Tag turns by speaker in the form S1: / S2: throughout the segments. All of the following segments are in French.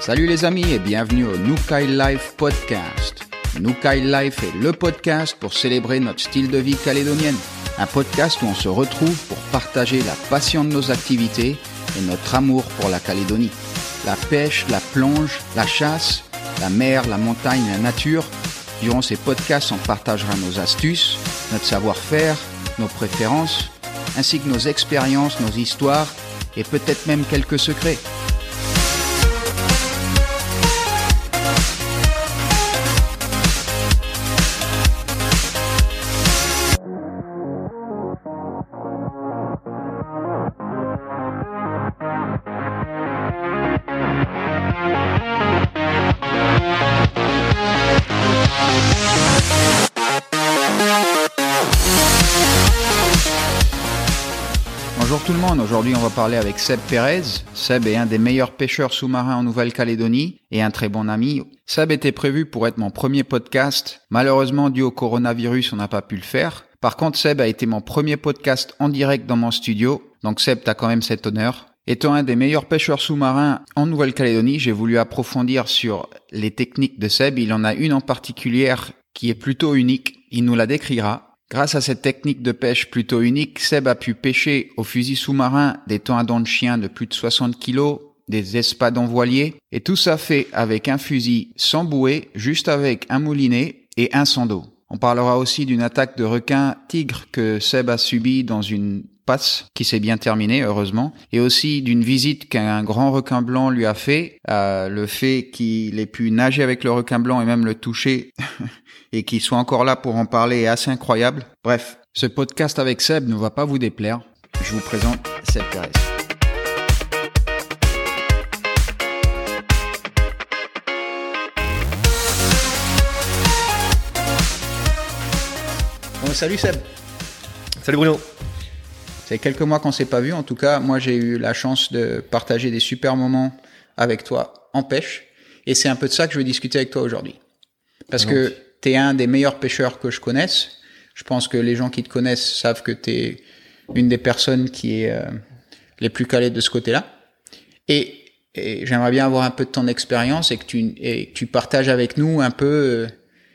S1: Salut les amis et bienvenue au Nukai Life Podcast. Nukai Life est le podcast pour célébrer notre style de vie calédonienne. Un podcast où on se retrouve pour partager la passion de nos activités et notre amour pour la Calédonie. La pêche, la plonge, la chasse, la mer, la montagne, la nature. Durant ces podcasts, on partagera nos astuces, notre savoir-faire, nos préférences, ainsi que nos expériences, nos histoires et peut-être même quelques secrets. Bonjour tout le monde, aujourd'hui on va parler avec Seb Pérez. Seb est un des meilleurs pêcheurs sous-marins en Nouvelle-Calédonie et un très bon ami. Seb était prévu pour être mon premier podcast. Malheureusement, dû au coronavirus, on n'a pas pu le faire. Par contre, Seb a été mon premier podcast en direct dans mon studio. Donc Seb, t'as quand même cet honneur. Étant un des meilleurs pêcheurs sous-marins en Nouvelle-Calédonie, j'ai voulu approfondir sur les techniques de Seb. Il en a une en particulier qui est plutôt unique. Il nous la décrira. Grâce à cette technique de pêche plutôt unique, Seb a pu pêcher au fusil sous-marin des thons à dents de chien de plus de 60 kg, des espadons voiliers, et tout ça fait avec un fusil sans bouée, juste avec un moulinet et un seau d'eau. On parlera aussi d'une attaque de requin tigre que Seb a subie dans une passe qui s'est bien terminée, heureusement, et aussi d'une visite qu'un grand requin blanc lui a fait, le fait qu'il ait pu nager avec le requin blanc et même le toucher et qu'il soit encore là pour en parler est assez incroyable. Bref, ce podcast avec Seb ne va pas vous déplaire. Je vous présente Seb Pérez. Bon, salut Seb.
S2: Salut Bruno.
S1: Ça fait quelques mois qu'on s'est pas vu. En tout cas, moi, j'ai eu la chance de partager des super moments avec toi en pêche. Et c'est un peu de ça que je veux discuter avec toi aujourd'hui. Parce que t'es un des meilleurs pêcheurs que je connaisse. Je pense que les gens qui te connaissent savent que t'es une des personnes qui est les plus calées de ce côté-là. Et j'aimerais bien avoir un peu de ton expérience et que tu partages avec nous un peu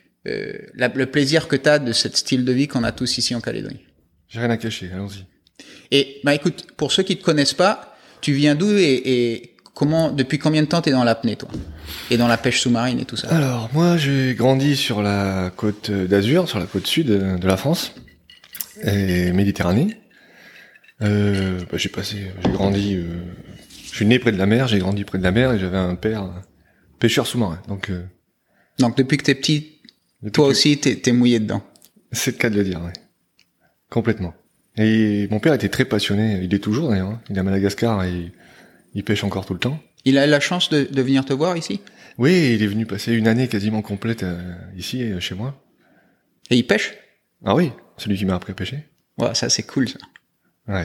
S1: le plaisir que t'as de ce style de vie qu'on a tous ici en Calédonie.
S2: J'ai rien à cacher, allons-y.
S1: Et écoute, pour ceux qui te connaissent pas, tu viens d'où et depuis combien de temps t'es dans l'apnée, toi, et dans la pêche sous-marine et tout ça?
S2: Alors moi j'ai grandi sur la côte d'Azur, sur la côte sud de la France et Méditerranée. J'ai grandi, je suis né près de la mer, j'ai grandi près de la mer et j'avais un père pêcheur sous-marin. Donc
S1: depuis que t'es petit, toi aussi t'es mouillé dedans.
S2: C'est le cas de le dire, ouais. Complètement. Et mon père était très passionné, il est toujours d'ailleurs, hein. Il est à Madagascar et il pêche encore tout le temps. Il
S1: a eu la chance de venir te voir ici?
S2: Oui, il est venu passer une année quasiment complète ici, chez moi.
S1: Et il pêche?
S2: Ah oui, c'est lui qui m'a appris à pêcher.
S1: Ouais, ça c'est cool ça.
S2: Ouais.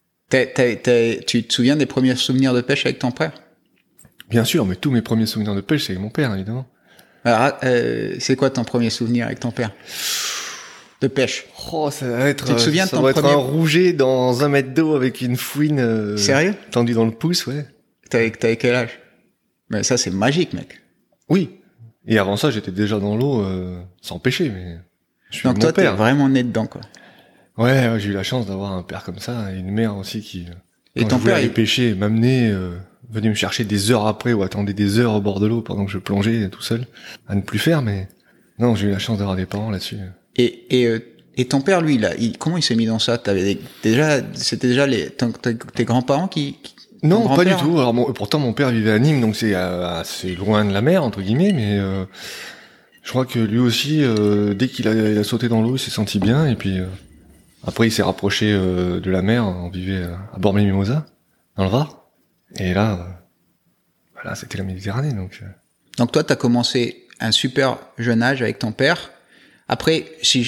S1: Tu te souviens des premiers souvenirs de pêche avec ton père?
S2: Bien sûr, mais tous mes premiers souvenirs de pêche c'est avec mon père, évidemment.
S1: Alors, c'est quoi ton premier souvenir avec ton père? De pêche.
S2: Oh, ça va être.
S1: Tu te souviens de ton
S2: premier...
S1: être un
S2: rouget dans 1 mètre d'eau avec une fouine.
S1: Sérieux?
S2: Tendue dans le pouce, ouais.
S1: T'avais quel âge? Mais ça, c'est magique, mec.
S2: Oui. Et avant ça, j'étais déjà dans l'eau, sans pêcher, mais.
S1: Donc toi, t'es vraiment né dedans, quoi.
S2: Ouais, j'ai eu la chance d'avoir un père comme ça, et une mère aussi qui.
S1: Et ton père,
S2: aller pêcher, m'amener, venait me chercher des heures après, ou attendait des heures au bord de l'eau pendant que je plongeais tout seul, à ne plus faire, mais. Non, j'ai eu la chance d'avoir des parents là-dessus.
S1: Et ton père, lui, comment il s'est mis dans ça? C'était déjà tes grands-parents qui
S2: Non, pas du tout. Alors pourtant mon père vivait à Nîmes, donc c'est assez loin de la mer entre guillemets, mais je crois que lui aussi, dès qu'il a sauté dans l'eau, il s'est senti bien, et puis après il s'est rapproché de la mer. On vivait à Bormes-les-Mimosas, dans le Var, et là, voilà, c'était la Méditerranée. Donc
S1: toi, t'as commencé un super jeune âge avec ton père. Après,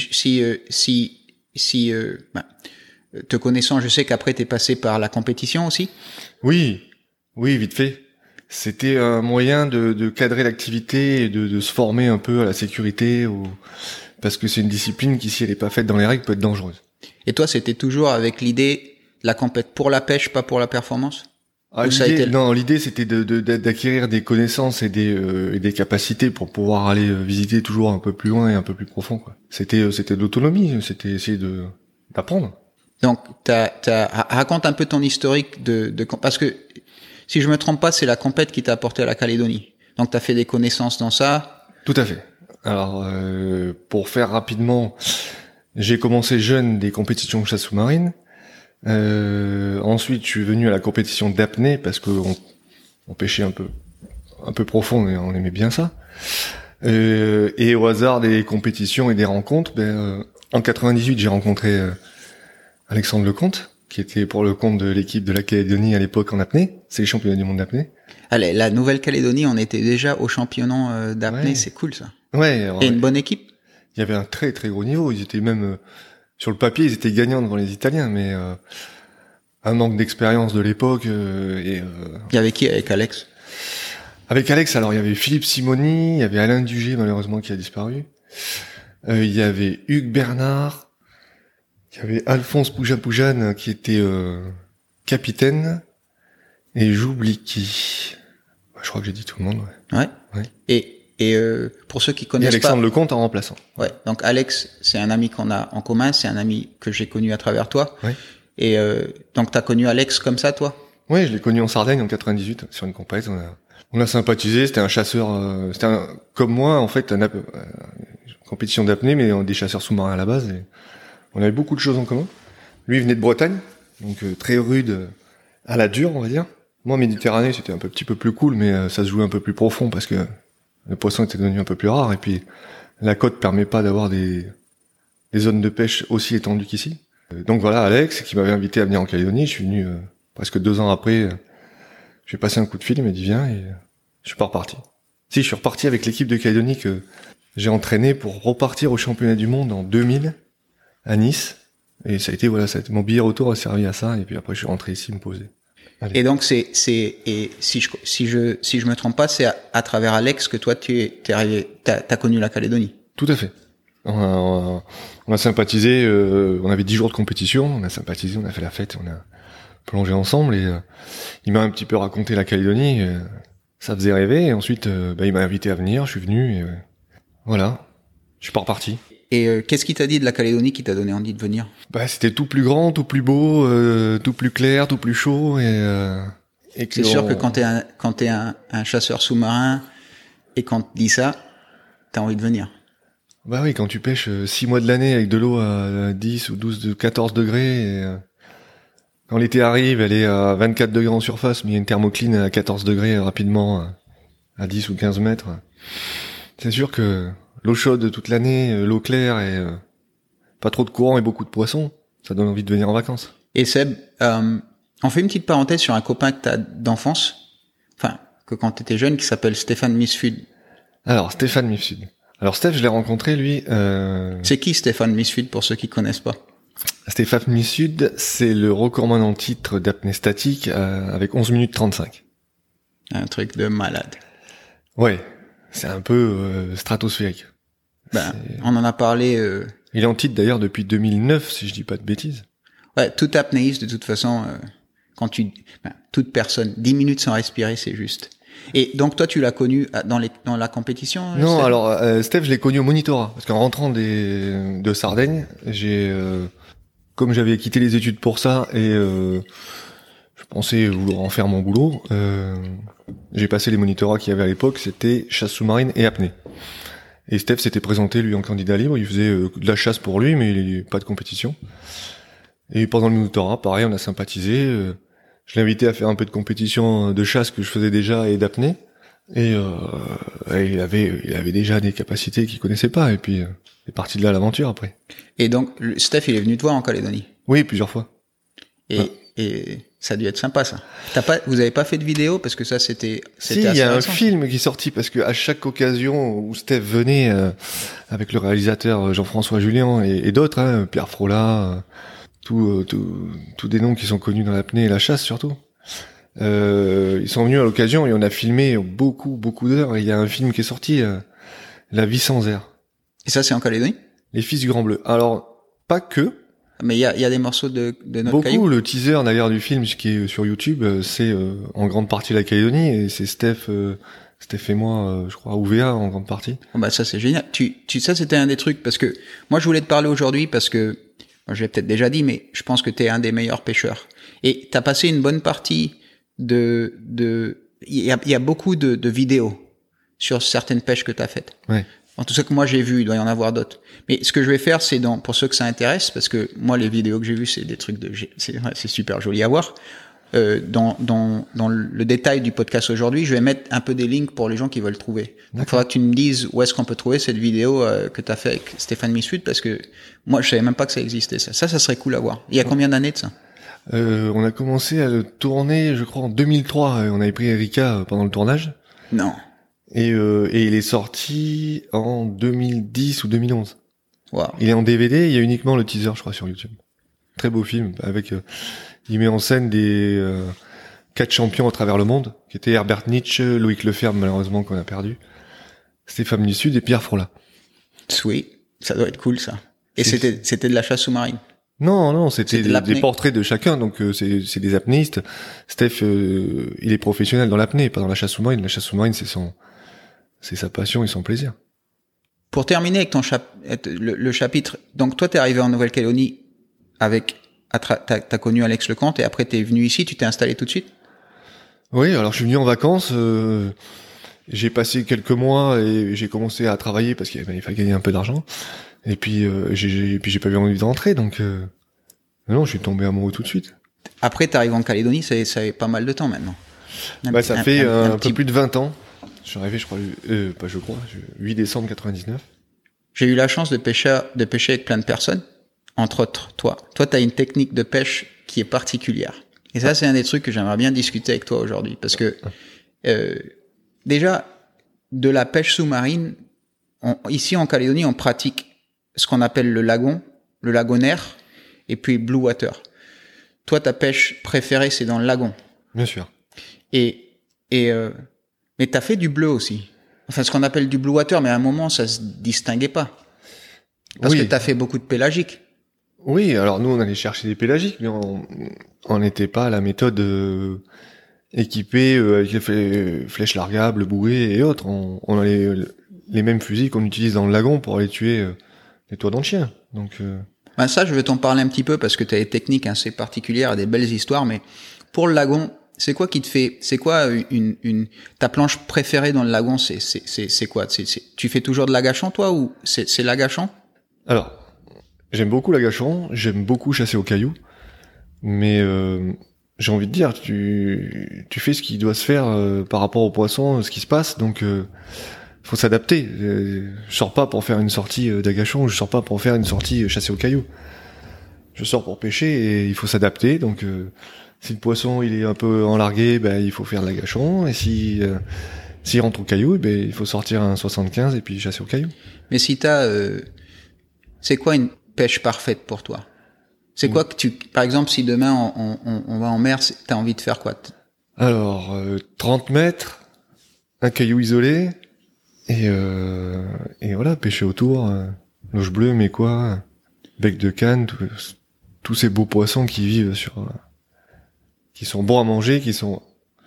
S1: te connaissant, je sais qu'après t'es passé par la compétition aussi.
S2: Oui, vite fait. C'était un moyen de cadrer l'activité et de se former un peu à la sécurité, parce que c'est une discipline qui, si elle est pas faite dans les règles, peut être dangereuse.
S1: Et toi, c'était toujours avec l'idée, la compète pour la pêche, pas pour la performance?
S2: L'idée c'était d'acquérir des connaissances et des capacités pour pouvoir aller visiter toujours un peu plus loin et un peu plus profond, quoi. C'était de l'autonomie, c'était essayer d'apprendre.
S1: Donc, raconte un peu ton historique parce que, si je me trompe pas, c'est la compète qui t'a apporté à la Calédonie. Donc, t'as fait des connaissances dans ça.
S2: Tout à fait. Alors, pour faire rapidement, j'ai commencé jeune des compétitions de chasse sous-marine. Ensuite, je suis venu à la compétition d'apnée parce que on pêchait un peu profond et on aimait bien ça. Et au hasard des compétitions et des rencontres, en 98, j'ai rencontré Alexandre Lecomte, qui était pour le compte de l'équipe de la Calédonie à l'époque en apnée. C'est les championnats du monde d'apnée.
S1: Allez, la Nouvelle-Calédonie, on était déjà au championnat d'apnée, ouais. C'est cool ça.
S2: Ouais.
S1: Et une bonne équipe.
S2: Il y avait un très très gros niveau. Ils étaient même sur le papier, ils étaient gagnants devant les Italiens, mais un manque d'expérience de l'époque. Il
S1: y avait qui avec Alex?
S2: Avec Alex, alors il y avait Philippe Simoni, il y avait Alain Dugé malheureusement qui a disparu. Il y avait Hugues Bernard. Il y avait Alphonse Poujan qui était capitaine, et j'oublie qui. Je crois que j'ai dit tout le monde.
S1: Ouais. Et pour ceux qui connaissent pas.
S2: Alexandre Lecomte en remplaçant.
S1: Ouais. Donc Alex, c'est un ami qu'on a en commun, c'est un ami que j'ai connu à travers toi.
S2: Ouais.
S1: Et donc t'as connu Alex comme ça, toi?
S2: Ouais, je l'ai connu en Sardaigne en 98 sur une compète. On a sympathisé. C'était un chasseur, comme moi en fait, une compétition d'apnée, mais des chasseurs sous-marins à la base. Et on avait beaucoup de choses en commun. Lui, il venait de Bretagne, donc très rude, à la dure, on va dire. Moi, Méditerranée, c'était un petit peu plus cool, mais ça se jouait un peu plus profond parce que le poisson était devenu un peu plus rare. Et puis, la côte permet pas d'avoir des zones de pêche aussi étendues qu'ici. Donc voilà, Alex, qui m'avait invité à venir en Calédonie. Je suis venu presque 2 ans après. J'ai passé un coup de fil, il m'a dit viens, et je suis pas reparti. Si, je suis reparti avec l'équipe de Calédonie que j'ai entraînée pour repartir au championnat du monde en 2000. À Nice, et ça a été mon billet retour a servi à ça, et puis après je suis rentré ici me poser. Allez.
S1: Et donc et si je me trompe pas, c'est à travers Alex que toi t'es arrivé, t'as connu la Calédonie.
S2: Tout à fait. On a sympathisé, on avait 10 jours de compétition, on a sympathisé, on a fait la fête, on a plongé ensemble, et il m'a un petit peu raconté la Calédonie, ça faisait rêver, et ensuite il m'a invité à venir, je suis venu, et voilà, je suis pas reparti.
S1: Et qu'est-ce qui t'a dit de la Calédonie qui t'a donné envie de venir?
S2: C'était tout plus grand, tout plus beau, tout plus clair, tout plus chaud, et
S1: c'est sûr que quand t'es un chasseur sous-marin et qu'on te dit ça, t'as envie de venir.
S2: Bah oui, quand tu pêches 6 mois de l'année avec de l'eau à 10 ou 12, 14 degrés, et quand l'été arrive, elle est à 24 degrés en surface, mais il y a une thermocline à 14 degrés rapidement, à 10 ou 15 mètres. C'est sûr que l'eau chaude toute l'année, l'eau claire et pas trop de courant et beaucoup de poissons, ça donne envie de venir en vacances.
S1: Et Seb, on fait une petite parenthèse sur un copain que t'as d'enfance, enfin, que quand t'étais jeune, qui s'appelle Stéphane Misfud.
S2: Alors, Stéphane Misfud. Alors, Steph, je l'ai rencontré, lui...
S1: C'est qui Stéphane Misfud, pour ceux qui connaissent pas?
S2: Stéphane Misfud, c'est le recordman en titre d'apnée statique avec 11 minutes 35.
S1: Un truc de malade.
S2: Ouais, c'est un peu stratosphérique.
S1: On en a parlé...
S2: Il est en titre d'ailleurs depuis 2009, si je dis pas de bêtises.
S1: Ouais, tout apnéiste, de toute façon, toute personne, 10 minutes sans respirer, c'est juste. Et donc toi, tu l'as connu dans la compétition?
S2: Non, Steph? Alors Steph, je l'ai connu au monitorat, parce qu'en rentrant de Sardaigne, comme j'avais quitté les études pour ça, et je pensais vouloir en faire mon boulot, j'ai passé les monitorats qu'il y avait à l'époque, c'était chasse sous-marine et apnée. Et Steph s'était présenté, lui, en candidat libre. Il faisait de la chasse pour lui, mais pas de compétition. Et pendant le monitorat, pareil, on a sympathisé. Je l'ai invité à faire un peu de compétition de chasse que je faisais déjà et d'apnée. Et il avait déjà des capacités qu'il connaissait pas. Et puis, c'est parti de là l'aventure après.
S1: Et donc, Steph, il est venu te voir en Calédonie?
S2: Oui, plusieurs fois.
S1: Et ça a dû être sympa, ça. Vous avez pas fait de vidéo parce que ça c'était
S2: si, il y a un film qui est sorti parce que à chaque occasion où Steph venait avec le réalisateur Jean-François Julien et d'autres, Pierre Frola, tous des noms qui sont connus dans l'apnée et la chasse surtout. Ils sont venus à l'occasion et on a filmé beaucoup d'heures. Et il y a un film qui est sorti, La vie sans air.
S1: Et ça c'est en Calédonie?
S2: Les Fils du Grand Bleu. Alors pas que.
S1: Mais il y a des morceaux de notre
S2: Beaucoup.
S1: caillou.
S2: Le teaser d'ailleurs du film, ce qui est sur YouTube, c'est en grande partie la Calédonie, et c'est Steph et moi, je crois, OVA en grande partie.
S1: Oh bah ça c'est génial. Ça c'était un des trucs parce que moi je voulais te parler aujourd'hui parce que je l'ai peut-être déjà dit, mais je pense que t'es un des meilleurs pêcheurs. Et t'as passé une bonne partie il y a beaucoup de vidéos sur certaines pêches que t'as faites.
S2: Ouais.
S1: En tout cas que moi j'ai vu, il doit y en avoir d'autres. Mais ce que je vais faire, c'est pour ceux que ça intéresse, parce que moi les vidéos que j'ai vues, c'est des trucs c'est super joli à voir. Dans le détail du podcast aujourd'hui, je vais mettre un peu des links pour les gens qui veulent trouver. Donc, il faudra que tu me dises où est-ce qu'on peut trouver cette vidéo que tu as fait avec Stéphane Missude, parce que moi, je savais même pas que ça existait. Ça serait cool à voir. Il y a combien d'années de ça?
S2: On a commencé à le tourner, je crois, en 2003. On avait pris Erika pendant le tournage.
S1: Non.
S2: Et il est sorti en 2010 ou 2011.
S1: Wow.
S2: Il est en DVD, il y a uniquement le teaser, je crois, sur YouTube. Très beau film, avec... il met en scène des 4 champions à travers le monde, qui étaient Herbert Nietzsche, Loïc Leferme, malheureusement, qu'on a perdu, Stéphane Missude et Pierre Frolat.
S1: Sweet. Ça doit être cool, ça. Et c'était de la chasse sous-marine?
S2: Non, c'était des portraits de chacun, donc c'est des apnéistes. Steph, il est professionnel dans l'apnée, pas dans la chasse sous-marine. La chasse sous-marine, c'est sa passion et son plaisir.
S1: Pour terminer avec le chapitre, donc toi t'es arrivé en Nouvelle-Calédonie t'as connu Alex Lecomte et après t'es venu ici, tu t'es installé tout de suite?
S2: Oui, alors je suis venu en vacances, j'ai passé quelques mois et j'ai commencé à travailler parce qu'il fallait gagner un peu d'argent. Et puis j'ai pas eu envie de rentrer, donc non, je suis tombé amoureux tout de suite.
S1: Après t'arrives en Calédonie, ça fait pas mal de temps maintenant.
S2: Ça fait un peu plus de 20 ans. Je suis arrivé, 8 décembre 99.
S1: J'ai eu la chance de pêcher avec plein de personnes. Entre autres, toi. Toi, t'as une technique de pêche qui est particulière. Et ça, c'est un des trucs que j'aimerais bien discuter avec toi aujourd'hui. Parce que, déjà, de la pêche sous-marine, ici en Calédonie, on pratique ce qu'on appelle le lagonaire, et puis blue water. Toi, ta pêche préférée, c'est dans le lagon.
S2: Bien sûr.
S1: Mais t'as fait du bleu aussi. Enfin, ce qu'on appelle du blue water, mais à un moment, ça se distinguait pas. Parce que t'as fait beaucoup de pélagique.
S2: Oui, alors nous on allait chercher des pélagiques, mais on n'était pas à la méthode équipée avec les flèches largables, bouées et autres. On a les mêmes fusils qu'on utilise dans le lagon pour aller tuer les toits de chien. Donc
S1: ça, je vais t'en parler un petit peu parce que tu as des techniques assez particulières et des belles histoires. Mais pour le lagon, c'est quoi qui te fait, c'est quoi ta planche préférée dans le lagon? C'est quoi? Tu fais toujours de l'agachon toi ou c'est l'agachon?
S2: Alors, j'aime beaucoup l'agachon, j'aime beaucoup chasser au caillou, mais j'ai envie de dire, tu fais ce qui doit se faire par rapport au poisson, ce qui se passe, donc faut s'adapter. Je sors pas pour faire une sortie d'agachon, je sors pas pour faire une sortie chasser au caillou. Je sors pour pêcher et il faut s'adapter, donc si le poisson il est un peu enlargué, il faut faire de l'agachon, et s'il rentre au caillou, il faut sortir un 75 et puis chasser au caillou.
S1: Mais si c'est quoi une pêche parfaite pour toi? C'est quoi que par exemple, si demain on va en mer, t'as envie de faire quoi?
S2: Alors, 30 mètres, un caillou isolé, et voilà, pêcher autour, loge bleue, mécois, bec de canne, tous ces beaux poissons qui vivent qui sont bons à manger, qui sont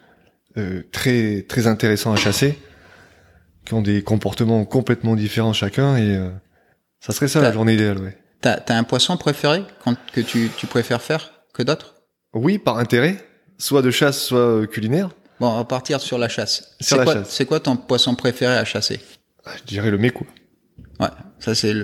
S2: très très intéressants à chasser, qui ont des comportements complètement différents chacun, et ça serait ça la journée idéale, ouais.
S1: T'as un poisson préféré que tu préfères faire que d'autres?
S2: Oui, par intérêt, soit de chasse, soit culinaire.
S1: Bon, on va partir sur la chasse.
S2: C'est
S1: quoi ton poisson préféré à chasser?
S2: Je dirais le mécois.
S1: Ouais, ça c'est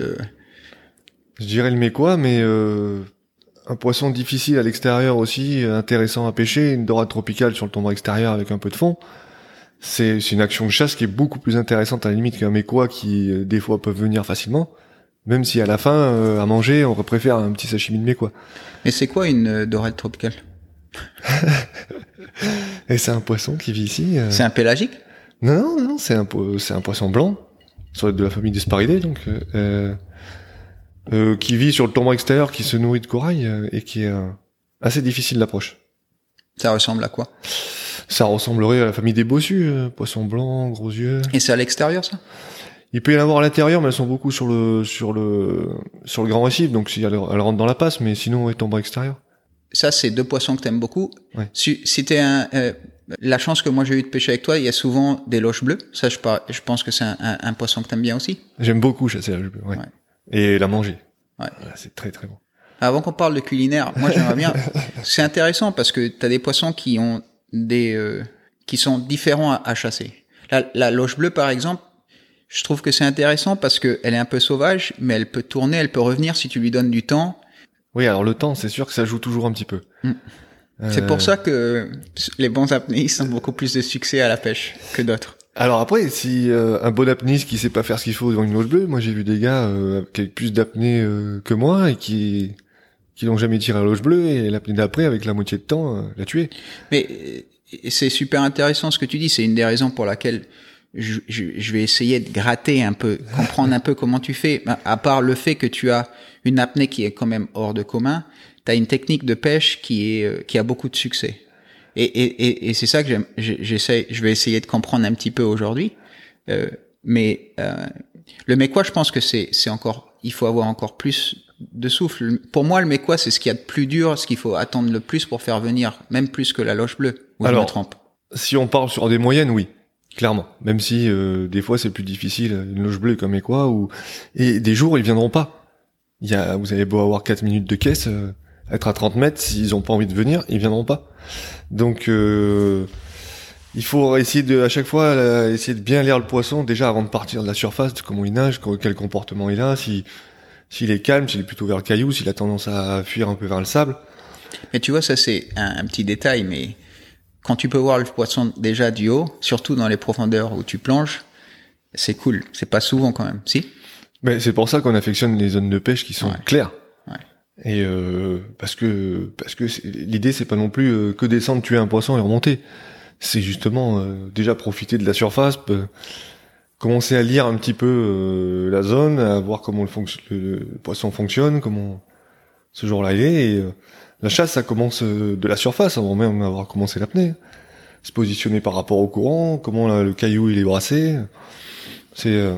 S2: Je dirais le mécois, mais un poisson difficile à l'extérieur aussi, intéressant à pêcher, une dorade tropicale sur le tondre extérieur avec un peu de fond. C'est une action de chasse qui est beaucoup plus intéressante à la limite qu'un mécois qui des fois peuvent venir facilement. Même si à la fin, à manger, on préfère un petit sashimi de mécois.
S1: Mais c'est quoi une dorade tropicale?
S2: Et c'est un poisson qui vit ici.
S1: C'est un pélagique?
S2: Non, c'est un poisson blanc, de la famille des Sparidae, donc qui vit sur le tondre extérieur, qui se nourrit de corail et qui est assez difficile d'approche.
S1: Ça ressemble à quoi?
S2: Ça ressemblerait à la famille des bossus, poisson blanc, gros yeux.
S1: Et c'est à l'extérieur, ça?
S2: Il peut y en avoir à l'intérieur, mais elles sont beaucoup sur le grand récif, donc si elles rentrent dans la passe, mais sinon, elles tombent à l'extérieur.
S1: Ça, c'est 2 poissons que t'aimes beaucoup.
S2: Ouais.
S1: Si t'es la chance que moi j'ai eu de pêcher avec toi, il y a souvent des loches bleues. Ça, je pense que c'est un poisson que t'aimes bien aussi.
S2: J'aime beaucoup chasser la loche bleue, ouais. Et la manger.
S1: Ouais.
S2: Voilà, c'est très très bon.
S1: Avant qu'on parle de culinaire, moi j'aimerais bien. C'est intéressant parce que t'as des poissons qui ont qui sont différents à chasser. La loche bleue, par exemple, je trouve que c'est intéressant parce que elle est un peu sauvage, mais elle peut tourner, elle peut revenir si tu lui donnes du temps.
S2: Oui, alors le temps, c'est sûr que ça joue toujours un petit peu.
S1: C'est pour ça que les bons apnéistes ont beaucoup plus de succès à la pêche que d'autres.
S2: Alors après, si un bon apnéiste qui sait pas faire ce qu'il faut devant une loche bleue, moi j'ai vu des gars avec plus d'apnée que moi et qui l'ont jamais tiré à la loche bleue et l'apnée d'après avec la moitié de temps l'a tué.
S1: Mais c'est super intéressant ce que tu dis. C'est une des raisons pour laquelle je vais essayer de gratter un peu, comprendre un peu comment tu fais. À part le fait que tu as une apnée qui est quand même hors de commun, tu as une technique de pêche qui a beaucoup de succès. Et c'est ça que je vais essayer de comprendre un petit peu aujourd'hui. Mais le mecquois, je pense que c'est encore, il faut avoir encore plus de souffle. Pour moi, le mecquois, c'est ce qu'il y a de plus dur, ce qu'il faut attendre le plus pour faire venir, même plus que la loche bleue. Ou je me trompe.
S2: Si on parle sur des moyennes, oui. Clairement, même si des fois c'est plus difficile, une loche bleue comme quoi, et des jours ils viendront pas. Vous avez beau avoir 4 minutes de caisse, être à 30 mètres, s'ils ont pas envie de venir, ils viendront pas. Donc il faut essayer à chaque fois essayer de bien lire le poisson déjà avant de partir de la surface, de comment il nage, quel comportement il a, s'il est calme, s'il est plutôt vers le caillou, s'il a tendance à fuir un peu vers le sable.
S1: Mais tu vois, ça c'est un petit détail, mais quand tu peux voir le poisson déjà du haut, surtout dans les profondeurs où tu plonges, c'est cool. C'est pas souvent quand même, si?
S2: Mais c'est pour ça qu'on affectionne les zones de pêche qui sont claires.
S1: Ouais.
S2: Et parce que l'idée c'est pas non plus que descendre, tuer un poisson et remonter. C'est justement déjà profiter de la surface, commencer à lire un petit peu la zone, à voir comment le poisson fonctionne, comment ce jour-là il est. Et, la chasse, ça commence de la surface, avant même avoir commencé l'apnée. Se positionner par rapport au courant, comment le caillou il est brassé. C'est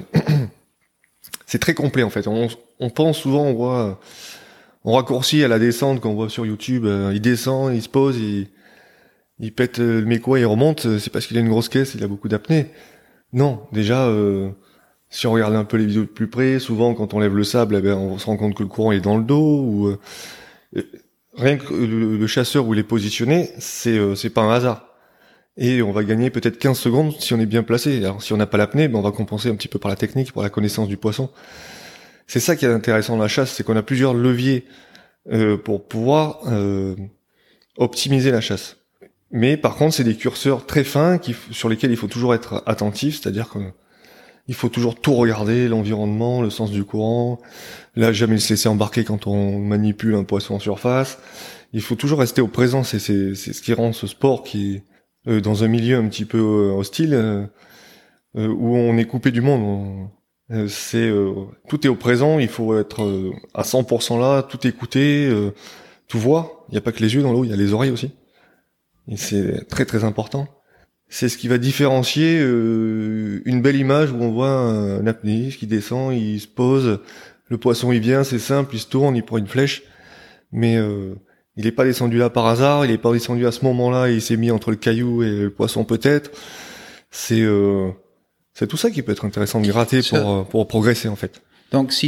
S2: très complet en fait. On pense souvent, on raccourcit à la descente qu'on voit sur YouTube. Il descend, il se pose, il pète le mecquois, il remonte. C'est parce qu'il a une grosse caisse, il a beaucoup d'apnée. Non, déjà, si on regarde un peu les vidéos de plus près, souvent quand on lève le sable, on se rend compte que le courant est dans le dos ou rien que le chasseur où il est positionné, c'est pas un hasard. Et on va gagner peut-être 15 secondes si on est bien placé. Alors si on n'a pas l'apnée, on va compenser un petit peu par la technique, par la connaissance du poisson. C'est ça qui est intéressant dans la chasse, c'est qu'on a plusieurs leviers pour pouvoir optimiser la chasse. Mais par contre, c'est des curseurs très fins sur lesquels il faut toujours être attentif, c'est-à-dire qu'il faut toujours tout regarder, l'environnement, le sens du courant. Là, jamais se laisser embarquer quand on manipule un poisson en surface. Il faut toujours rester au présent. C'est ce qui rend ce sport qui est dans un milieu un petit peu hostile, où on est coupé du monde. Tout est au présent. Il faut être à 100% là, tout écouter, tout voir. Il n'y a pas que les yeux dans l'eau, il y a les oreilles aussi. Et c'est très très important. C'est ce qui va différencier une belle image où on voit un apnéiste qui descend, il se pose, le poisson il vient, c'est simple, il se tourne, il prend une flèche, mais il est pas descendu là par hasard, il est pas descendu à ce moment-là, il s'est mis entre le caillou et le poisson peut-être. C'est tout ça qui peut être intéressant de gratter pour progresser en fait.
S1: Donc si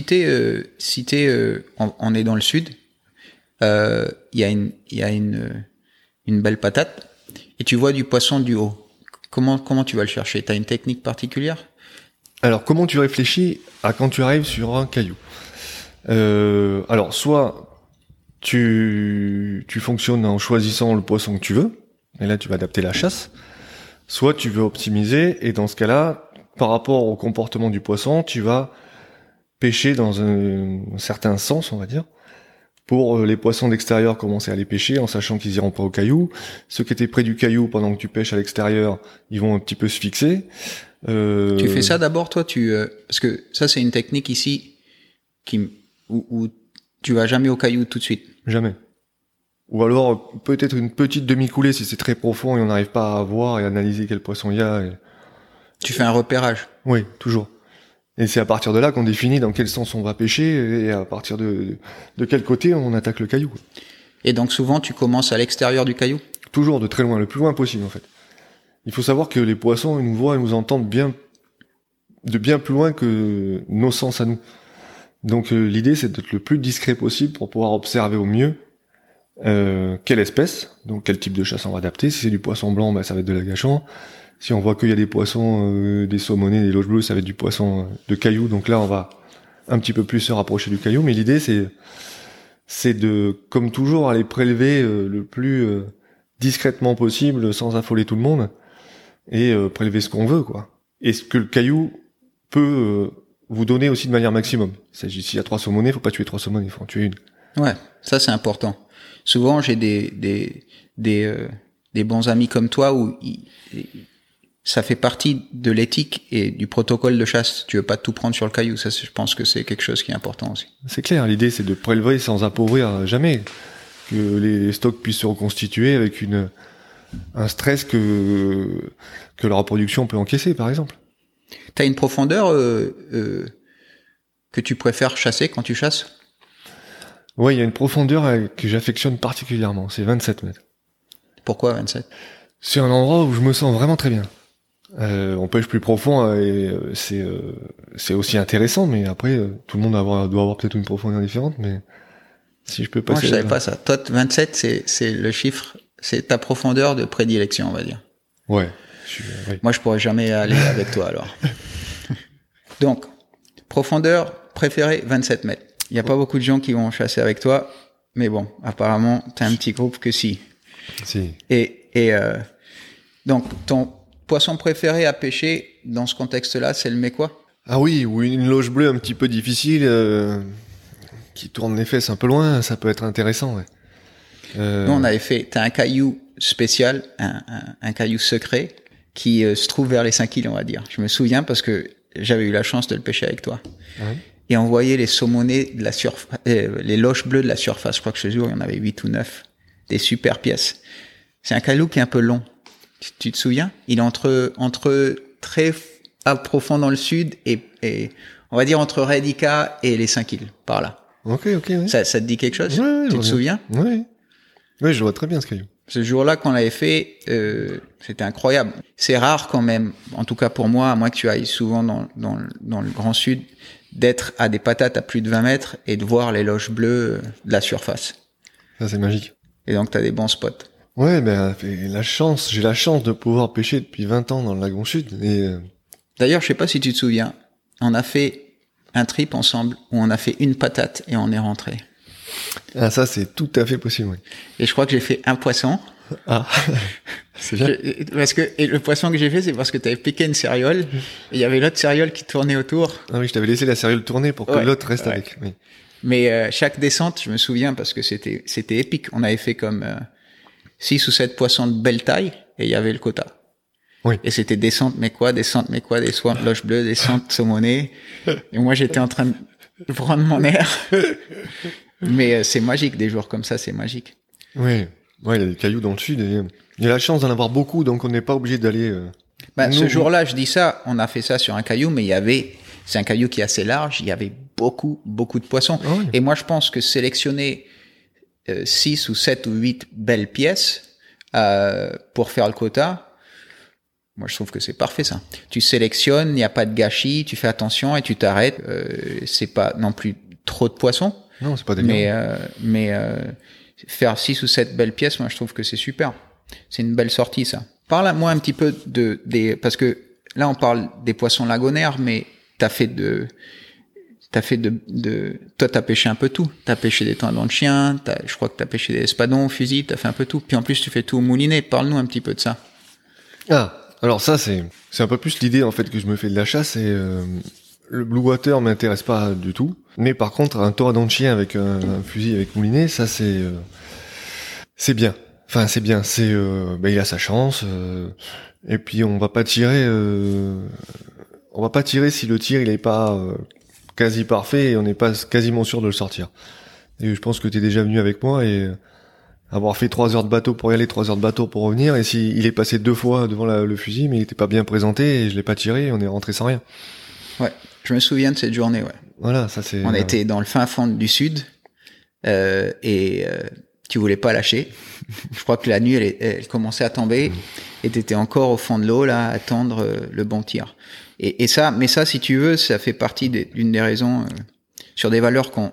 S1: on est dans le sud, il y a une belle patate et tu vois du poisson du haut. Comment tu vas le chercher? T'as une technique particulière?
S2: Alors, comment tu réfléchis à quand tu arrives sur un caillou? Alors, soit tu fonctionnes en choisissant le poisson que tu veux, et là tu vas adapter la chasse, soit tu veux optimiser, et dans ce cas-là, par rapport au comportement du poisson, tu vas pêcher dans un certain sens, on va dire, pour les poissons d'extérieur, commencer à les pêcher en sachant qu'ils iront pas au caillou. Ceux qui étaient près du caillou pendant que tu pêches à l'extérieur, ils vont un petit peu se fixer.
S1: Tu fais ça d'abord, toi, parce que ça c'est une technique ici où tu vas jamais au caillou tout de suite.
S2: Jamais. Ou alors peut-être une petite demi-coulée si c'est très profond et on n'arrive pas à voir et analyser quel poisson il y a.
S1: Tu fais un repérage.
S2: Oui, toujours. Et c'est à partir de là qu'on définit dans quel sens on va pêcher et à partir de quel côté on attaque le caillou.
S1: Et donc souvent tu commences à l'extérieur du caillou?
S2: Toujours de très loin, le plus loin possible en fait. Il faut savoir que les poissons, ils nous voient et nous entendent de bien plus loin que nos sens à nous. Donc l'idée c'est d'être le plus discret possible pour pouvoir observer au mieux quelle espèce, donc quel type de chasse on va adapter. Si c'est du poisson blanc, bah, ça va être de l'agachant. Si on voit qu'il y a des poissons, des saumonés, des loches bleues, ça va être du poisson de caillou. Donc là, on va un petit peu plus se rapprocher du caillou. Mais l'idée, c'est de, comme toujours, aller prélever le plus discrètement possible, sans affoler tout le monde, et prélever ce qu'on veut, quoi. Et ce que le caillou peut vous donner aussi de manière maximum. S'il y a 3 saumonés, faut pas tuer 3 saumonés, faut en tuer une.
S1: Ouais, ça c'est important. Souvent, j'ai des bons amis comme toi où ça fait partie de l'éthique et du protocole de chasse. Tu veux pas tout prendre sur le caillou. Ça, je pense que c'est quelque chose qui est important aussi. C'est
S2: clair. L'idée, c'est de prélever sans appauvrir jamais. Que les stocks puissent se reconstituer avec un stress que la reproduction peut encaisser, par exemple.
S1: T'as une profondeur que tu préfères chasser quand tu chasses?
S2: Ouais, il y a une profondeur que j'affectionne particulièrement. C'est 27 mètres.
S1: Pourquoi 27?
S2: C'est un endroit où je me sens vraiment très bien. On pêche plus profond et c'est aussi intéressant, mais après tout le monde doit avoir peut-être une profondeur différente, mais si je peux passer.
S1: Moi, je savais pas ça. Toi, 27, c'est le chiffre, c'est ta profondeur de prédilection, on va dire.
S2: Ouais. Oui.
S1: Moi, je pourrais jamais aller avec toi alors. Donc, profondeur préférée 27 mètres. Il y a pas beaucoup de gens qui vont chasser avec toi, mais bon, apparemment, t'as un petit groupe que si.
S2: Si.
S1: Et donc ton poisson préféré à pêcher dans ce contexte-là, c'est le mecquois?
S2: Ah oui, ou une loche bleue un petit peu difficile, qui tourne les fesses un peu loin, ça peut être intéressant, ouais.
S1: Nous, on avait fait, t'as un caillou spécial, un caillou secret, qui se trouve vers les 5 îles, on va dire. Je me souviens parce que j'avais eu la chance de le pêcher avec toi. Ouais. Et on voyait les saumonés de la surface, les loches bleues de la surface. Je crois que ce jour, il y en avait 8 ou 9. Des super pièces. C'est un caillou qui est un peu long. Tu te souviens? Il est entre très profond dans le sud et on va dire entre Redica et les 5 îles, par là.
S2: Ok, oui.
S1: Ça te dit quelque chose?
S2: Ouais,
S1: tu te souviens?
S2: Oui, je vois très bien ce caillou.
S1: Ce jour-là, qu'on l'avait fait, c'était incroyable. C'est rare quand même, en tout cas pour moi, à moins que tu ailles souvent dans le Grand Sud, d'être à des patates à plus de 20 mètres et de voir les loches bleues de la surface.
S2: Ça, c'est magique.
S1: Et donc, t'as des bons spots.
S2: Ouais, ben, j'ai la chance de pouvoir pêcher depuis 20 ans dans le lagon Sud. Et
S1: D'ailleurs, je sais pas si tu te souviens, on a fait un trip ensemble où on a fait une patate et on est rentré.
S2: Ah, ça, c'est tout à fait possible, oui.
S1: Et je crois que j'ai fait un poisson.
S2: Ah, c'est bien.
S1: Et le poisson que j'ai fait, c'est parce que t'avais piqué une céréole et il y avait l'autre céréole qui tournait autour.
S2: Ah oui, je t'avais laissé la céréole tourner pour que l'autre reste avec. Oui.
S1: Mais chaque descente, je me souviens parce que c'était épique. On avait fait comme 6 ou 7 poissons de belle taille et il y avait le quota.
S2: Oui.
S1: Et c'était descente mais quoi, des loches bleues, descente saumonée. Et moi, j'étais en train de prendre mon air. Mais c'est magique, des jours comme ça, c'est magique.
S2: Oui. Ouais, il y a des cailloux dans le sud et il y a la chance d'en avoir beaucoup, donc on n'est pas obligé d'aller...
S1: ce jour-là, je dis ça, on a fait ça sur un caillou, mais c'est un caillou qui est assez large, il y avait beaucoup de poissons. Oh oui. Et moi, je pense que sélectionner 6 ou 7 ou 8 belles pièces pour faire le quota, moi, je trouve que c'est parfait, ça. Tu sélectionnes, il n'y a pas de gâchis, tu fais attention et tu t'arrêtes. C'est pas non plus trop de poissons.
S2: Non, c'est pas dégueulasse.
S1: Mais faire 6 ou 7 belles pièces, moi, je trouve que c'est super. C'est une belle sortie, ça. Parle-moi un petit peu parce que là, on parle des poissons lagonaires, mais toi, t'as pêché un peu tout. T'as pêché des tendons de chien, je crois que t'as pêché des espadons, fusils, t'as fait un peu tout. Puis en plus, tu fais tout au moulinet. Parle-nous un petit peu de ça.
S2: Ah, alors ça, c'est un peu plus l'idée, en fait, que je me fais de la chasse et, le blue water m'intéresse pas du tout. Mais par contre, un tordon de chien avec un fusil avec moulinet, ça c'est bien. Enfin, c'est bien. Il a sa chance. Et puis on va pas tirer si le tir il est pas quasi parfait et on n'est pas quasiment sûr de le sortir. Et je pense que t'es déjà venu avec moi et avoir fait 3 heures de bateau pour y aller, 3 heures de bateau pour revenir. Et si il est passé 2 fois devant le fusil, mais il était pas bien présenté et je l'ai pas tiré, on est rentré sans rien.
S1: Ouais. Je me souviens de cette journée, ouais.
S2: Voilà, ça c'est...
S1: On était dans le fin fond du sud, et tu voulais pas lâcher. Je crois que la nuit, elle commençait à tomber, et t'étais encore au fond de l'eau, là, à attendre le bon tir. Mais ça, si tu veux, ça fait partie d'une des raisons, sur des valeurs qu'on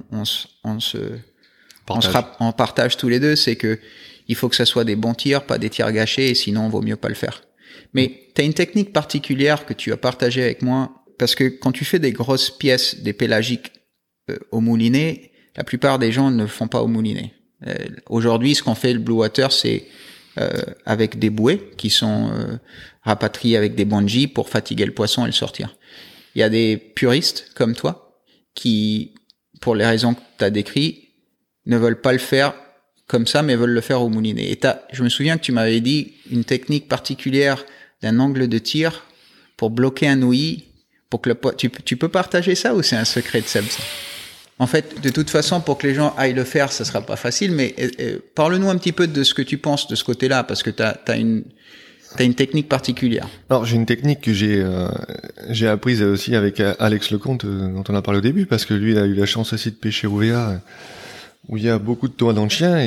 S1: partage tous les deux, c'est que il faut que ça soit des bons tirs, pas des tirs gâchés, et sinon, vaut mieux pas le faire. Mais t'as une technique particulière que tu as partagée avec moi, parce que quand tu fais des grosses pièces, des pélagiques au moulinet, la plupart des gens ne le font pas au moulinet. Aujourd'hui, ce qu'on fait le Blue Water, c'est avec des bouées qui sont rapatriées avec des bungees pour fatiguer le poisson et le sortir. Il y a des puristes comme toi qui, pour les raisons que tu as décrites, ne veulent pas le faire comme ça, mais veulent le faire au moulinet. Et je me souviens que tu m'avais dit une technique particulière d'un angle de tir pour bloquer un ouïe, pour que tu peux partager ça ou c'est un secret de Seb, ça? En fait, de toute façon, pour que les gens aillent le faire, ça sera pas facile, mais parle-nous un petit peu de ce que tu penses de ce côté-là, parce que t'as une technique particulière.
S2: Alors, j'ai une technique que j'ai apprise aussi avec Alex Lecomte, dont on a parlé au début, parce que lui, il a eu la chance aussi de pêcher au VA, où il y a beaucoup de toits dans le chien,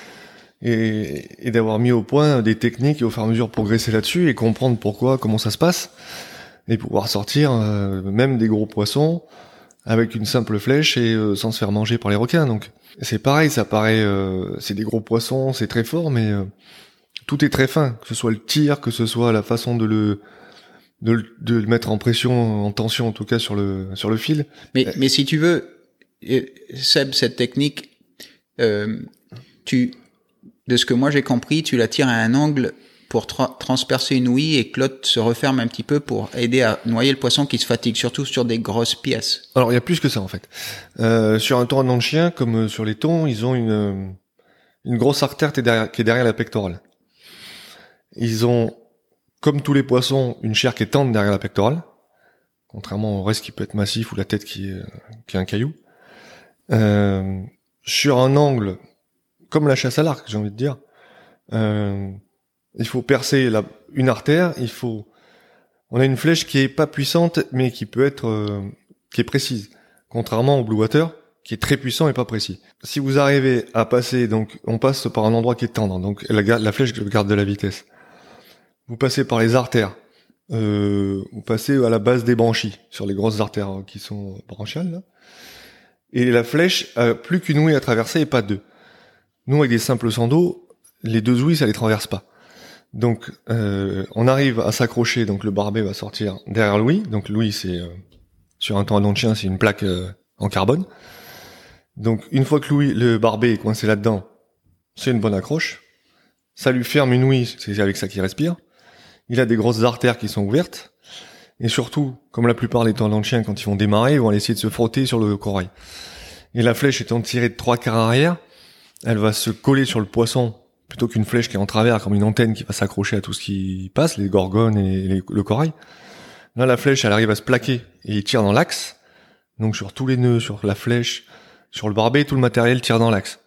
S2: et d'avoir mis au point des techniques et au fur et à mesure progresser là-dessus, et comprendre comment ça se passe, et pouvoir sortir même des gros poissons, avec une simple flèche et sans se faire manger par les requins. Donc c'est pareil, ça paraît c'est des gros poissons, c'est très fort, mais tout est très fin, que ce soit le tir, que ce soit la façon de le mettre en pression, en tension en tout cas sur le fil.
S1: Mais si tu veux, Seb, cette technique, de ce que moi j'ai compris, tu la tires à un angle pour transpercer une ouïe et que l'autre se referme un petit peu pour aider à noyer le poisson qui se fatigue, surtout sur des grosses pièces.
S2: Alors il y a plus que ça en fait. Sur un tournant de chien, comme sur les thons, ils ont une grosse artère qui est derrière la pectorale. Ils ont, comme tous les poissons, une chair qui est tendre derrière la pectorale, contrairement au reste qui peut être massif ou la tête qui est un caillou. Sur un angle, comme la chasse à l'arc, j'ai envie de dire, il faut percer une artère, on a une flèche qui est pas puissante, mais qui peut être, qui est précise. Contrairement au Blue Water, qui est très puissant et pas précis. Si vous arrivez à passer, donc, on passe par un endroit qui est tendre, donc, la flèche garde de la vitesse. Vous passez par les artères, vous passez à la base des branchies, sur les grosses artères qui sont branchiales, là. Et la flèche a plus qu'une ouïe à traverser et pas deux. Nous, avec des simples sandos, les deux ouïes, ça les traverse pas. Donc, on arrive à s'accrocher, donc le barbet va sortir derrière l'ouïe. Donc l'ouïe, c'est sur un tendon de chien, c'est une plaque en carbone. Donc une fois que le barbet est coincé là-dedans, c'est une bonne accroche. Ça lui ferme une ouïe, c'est avec ça qu'il respire. Il a des grosses artères qui sont ouvertes. Et surtout, comme la plupart des tendons de chien, quand ils vont démarrer, ils vont essayer de se frotter sur le corail. Et la flèche étant tirée de 3/4 arrière, elle va se coller sur le poisson plutôt qu'une flèche qui est en travers comme une antenne qui va s'accrocher à tout ce qui passe, les gorgones et le corail. Là, la flèche, elle arrive à se plaquer et il tire dans l'axe. Donc sur tous les nœuds, sur la flèche, sur le barbet, tout le matériel tire dans l'axe.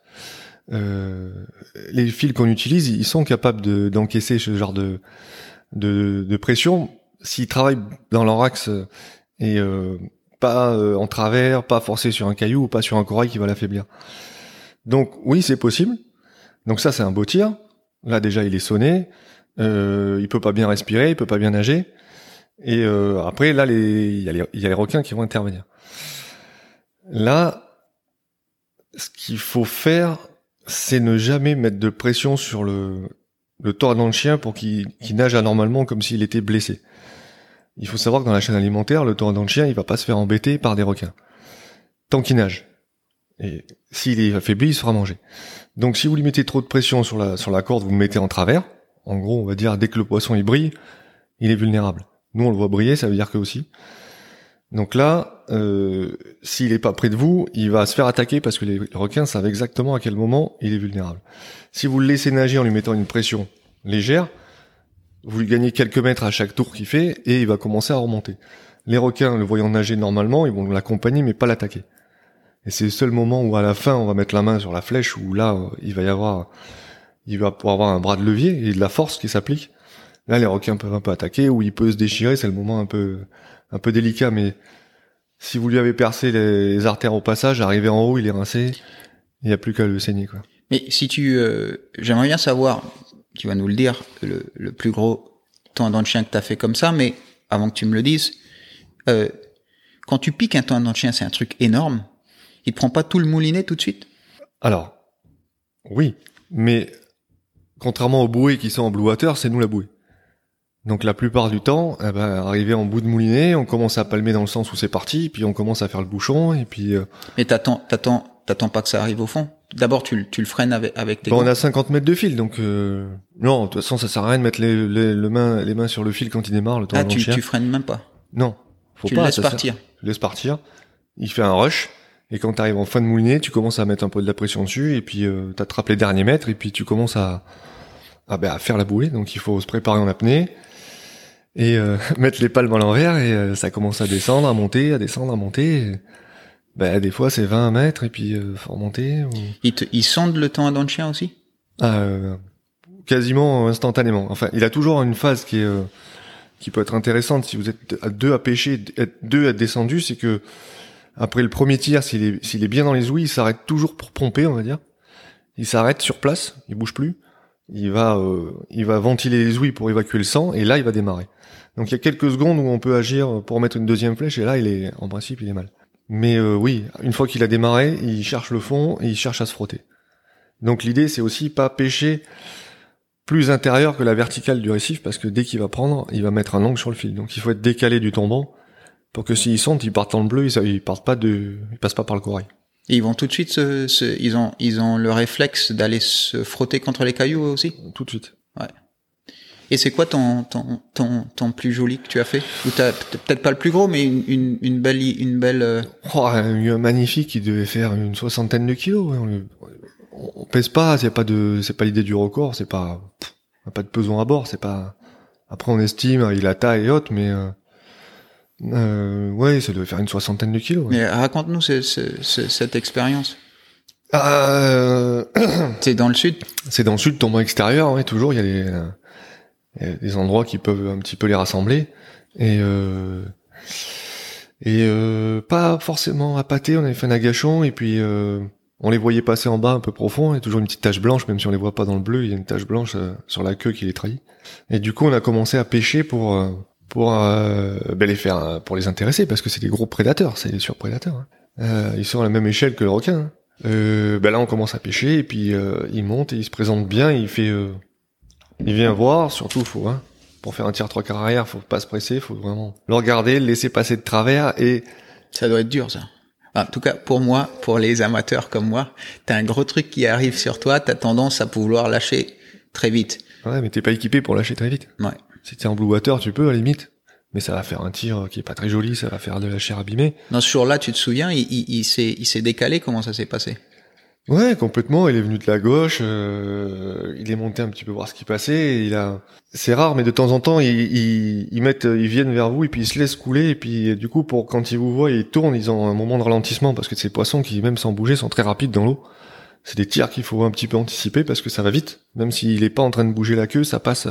S2: Les fils qu'on utilise, ils sont capables d'encaisser ce genre de pression s'ils travaillent dans leur axe et pas en travers, pas forcé sur un caillou ou pas sur un corail qui va l'affaiblir. Donc oui, c'est possible. Donc ça, c'est un beau tir. Là, déjà, il est sonné. Il peut pas bien respirer, il peut pas bien nager. Et après, là, il y a les requins qui vont intervenir. Là, ce qu'il faut faire, c'est ne jamais mettre de pression sur le tordon de chien pour qu'il nage anormalement comme s'il était blessé. Il faut savoir que dans la chaîne alimentaire, le tordon de chien, il va pas se faire embêter par des requins. Tant qu'il nage. Et s'il est affaibli, il sera mangé. Donc si vous lui mettez trop de pression sur la corde, vous le mettez en travers. En gros, on va dire, dès que le poisson il brille, il est vulnérable. Nous, on le voit briller, ça veut dire que aussi. Donc là, s'il est pas près de vous, il va se faire attaquer parce que les requins savent exactement à quel moment il est vulnérable. Si vous le laissez nager en lui mettant une pression légère, vous lui gagnez quelques mètres à chaque tour qu'il fait et il va commencer à remonter. Les requins, le voyant nager normalement, ils vont l'accompagner mais pas l'attaquer. Et c'est le seul moment où à la fin on va mettre la main sur la flèche où là il va pouvoir avoir un bras de levier et de la force qui s'applique. Là les requins peuvent un peu attaquer ou il peut se déchirer, c'est le moment un peu délicat, mais Si vous lui avez percé les artères au passage, arrivé en haut, il est rincé. Il n'y a plus qu'à le saigner, quoi.
S1: Mais si j'aimerais bien savoir, tu vas nous le dire, le plus gros tendon de chien que t'as fait comme ça, mais avant que tu me le dises, quand tu piques un tendon de chien, c'est un truc énorme. Il te prend pas tout le moulinet tout de suite?
S2: Alors, oui, mais contrairement aux bouées qui sont en blue water, c'est nous la bouée. Donc la plupart du temps, arrivé en bout de moulinet, on commence à palmer dans le sens où c'est parti, puis on commence à faire le bouchon, et puis...
S1: Mais t'attends pas que ça arrive au fond? D'abord, tu le freines avec tes gants.
S2: On a 50 mètres de fil, donc non, de toute façon, ça sert à rien de mettre les mains sur le fil quand il démarre, le tendon de chien.
S1: Tu freines même pas?
S2: Non, faut
S1: tu
S2: pas.
S1: Le laisses partir.
S2: Tu laisses partir. Il fait un rush, et quand t'arrives en fin de moulinet, tu commences à mettre un peu de la pression dessus, et puis t'attrapes les derniers mètres, et puis tu commences à faire la bouée. Donc il faut se préparer en apnée et mettre les palmes à l'envers, et ça commence à descendre, à monter, à descendre, à monter. Et, des fois c'est 20 mètres, et puis faut remonter.
S1: Il sonde le tendon de chien aussi?
S2: Quasiment instantanément. Enfin, il a toujours une phase qui peut être intéressante si vous êtes à deux à pêcher, deux à être descendu, c'est que après le premier tir, s'il est bien dans les ouïes, il s'arrête toujours pour pomper, on va dire. Il s'arrête sur place, il bouge plus. Il va ventiler les ouïes pour évacuer le sang, et là il va démarrer. Donc il y a quelques secondes où on peut agir pour mettre une deuxième flèche, et là en principe il est mal. Mais oui, une fois qu'il a démarré, il cherche le fond et il cherche à se frotter. Donc l'idée c'est aussi pas pêcher plus intérieur que la verticale du récif, parce que dès qu'il va prendre, il va mettre un angle sur le fil. Donc il faut être décalé du tombant pour que s'ils sentent, ils partent dans le bleu, ils passent pas par le corail.
S1: Et ils vont tout de suite ils ont le réflexe d'aller se frotter contre les cailloux aussi?
S2: Tout de suite.
S1: Ouais. Et c'est quoi ton plus joli que tu as fait? Ou t'as peut-être pas le plus gros, mais une belle.
S2: Un magnifique qui devait faire une 60aine de kilos. On pèse pas, c'est pas l'idée du record, on a pas de pesant à bord, c'est pas. Après on estime, il a taille et autres, mais ouais, ça devait faire une 60aine de kilos. Ouais.
S1: Mais raconte-nous cette expérience. C'est dans le sud? C'est
S2: dans le sud, tombant extérieur, ouais, toujours, il y a des endroits qui peuvent un petit peu les rassembler. Et pas forcément à pâter, on avait fait un agachon, et puis on les voyait passer en bas un peu profond, il y a toujours une petite tache blanche, même si on les voit pas dans le bleu, il y a une tache blanche sur la queue qui les trahit. Et du coup, on a commencé à pêcher pour les faire, pour les intéresser, parce que c'est des gros prédateurs, c'est des surprédateurs. Hein. Ils sont à la même échelle que le requin. Hein. Là, on commence à pêcher, et puis il monte, et il se présente bien, il vient voir, surtout, pour faire un tir 3/4 arrière, faut pas se presser, faut vraiment le regarder, le laisser passer de travers, et...
S1: Ça doit être dur, ça. En tout cas, pour moi, pour les amateurs comme moi, t'as un gros truc qui arrive sur toi, t'as tendance à pouvoir lâcher très vite.
S2: Ouais, mais t'es pas équipé pour lâcher très vite.
S1: Ouais.
S2: Si t'es en blue water, tu peux, à la limite. Mais ça va faire un tir qui est pas très joli, ça va faire de la chair abîmée.
S1: Dans ce jour-là, tu te souviens, il s'est décalé, comment ça s'est passé?
S2: Ouais, complètement, il est venu de la gauche, il est monté un petit peu voir ce qui passait, et c'est rare, mais de temps en temps, ils viennent vers vous, et puis ils se laissent couler, et puis du coup, quand ils vous voient, ils tournent, ils ont un moment de ralentissement, parce que ces poissons qui, même sans bouger, sont très rapides dans l'eau. C'est des tirs qu'il faut un petit peu anticiper, parce que ça va vite. Même s'il est pas en train de bouger la queue, ça passe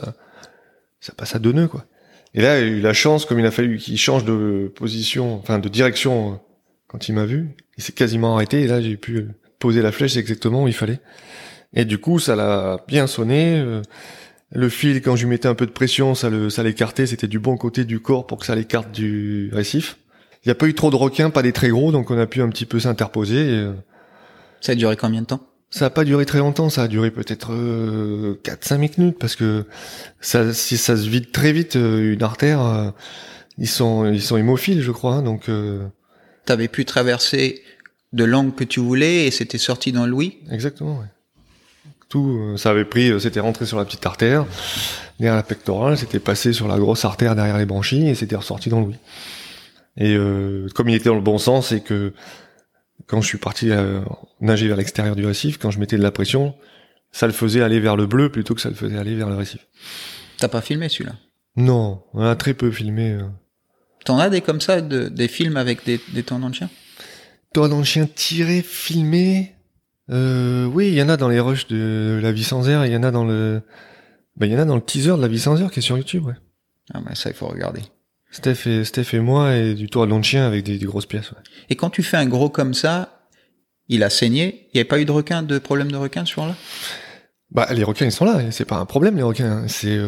S2: à 2 nœuds, quoi. Et là, il a eu la chance, comme il a fallu qu'il change de position, enfin de direction, quand il m'a vu, il s'est quasiment arrêté, et là, j'ai pu poser la flèche exactement où il fallait. Et du coup, ça l'a bien sonné. Le fil, quand je lui mettais un peu de pression, ça l'écartait, c'était du bon côté du corps pour que ça l'écarte du récif. Il n'y a pas eu trop de requins, pas des très gros, donc on a pu un petit peu s'interposer.
S1: Ça a duré combien de temps?
S2: Ça a pas duré très longtemps, ça a duré peut-être 4-5 minutes, parce que si ça se vide très vite, une artère, ils sont hémophiles, je crois, hein, donc...
S1: T'avais pu traverser de l'angle que tu voulais, et c'était sorti dans l'ouïe?
S2: Exactement, ouais. Tout, ça avait pris, c'était rentré sur la petite artère, derrière la pectorale, c'était passé sur la grosse artère derrière les branchies, et c'était ressorti dans l'ouïe. Et comme il était dans le bon sens, et que quand je suis parti nager vers l'extérieur du récif, quand je mettais de la pression, ça le faisait aller vers le bleu plutôt que ça le faisait aller vers le récif.
S1: T'as pas filmé celui-là?
S2: Non, on a très peu filmé.
S1: T'en as des comme ça, des films avec des tendons de chien?
S2: Tendons de chien tirés, filmés. Oui, il y en a dans les rushs de La Vie sans air, il y en a dans le teaser de La Vie sans air qui est sur YouTube, ouais.
S1: Ah, ça, il faut regarder.
S2: Steph et moi, et du tour de chien avec des grosses pièces. Ouais.
S1: Et quand tu fais un gros comme ça, il a saigné. Il n'y avait pas eu de problème de requin ce jour-là?
S2: Bah, les requins, ils sont là. C'est pas un problème, les requins.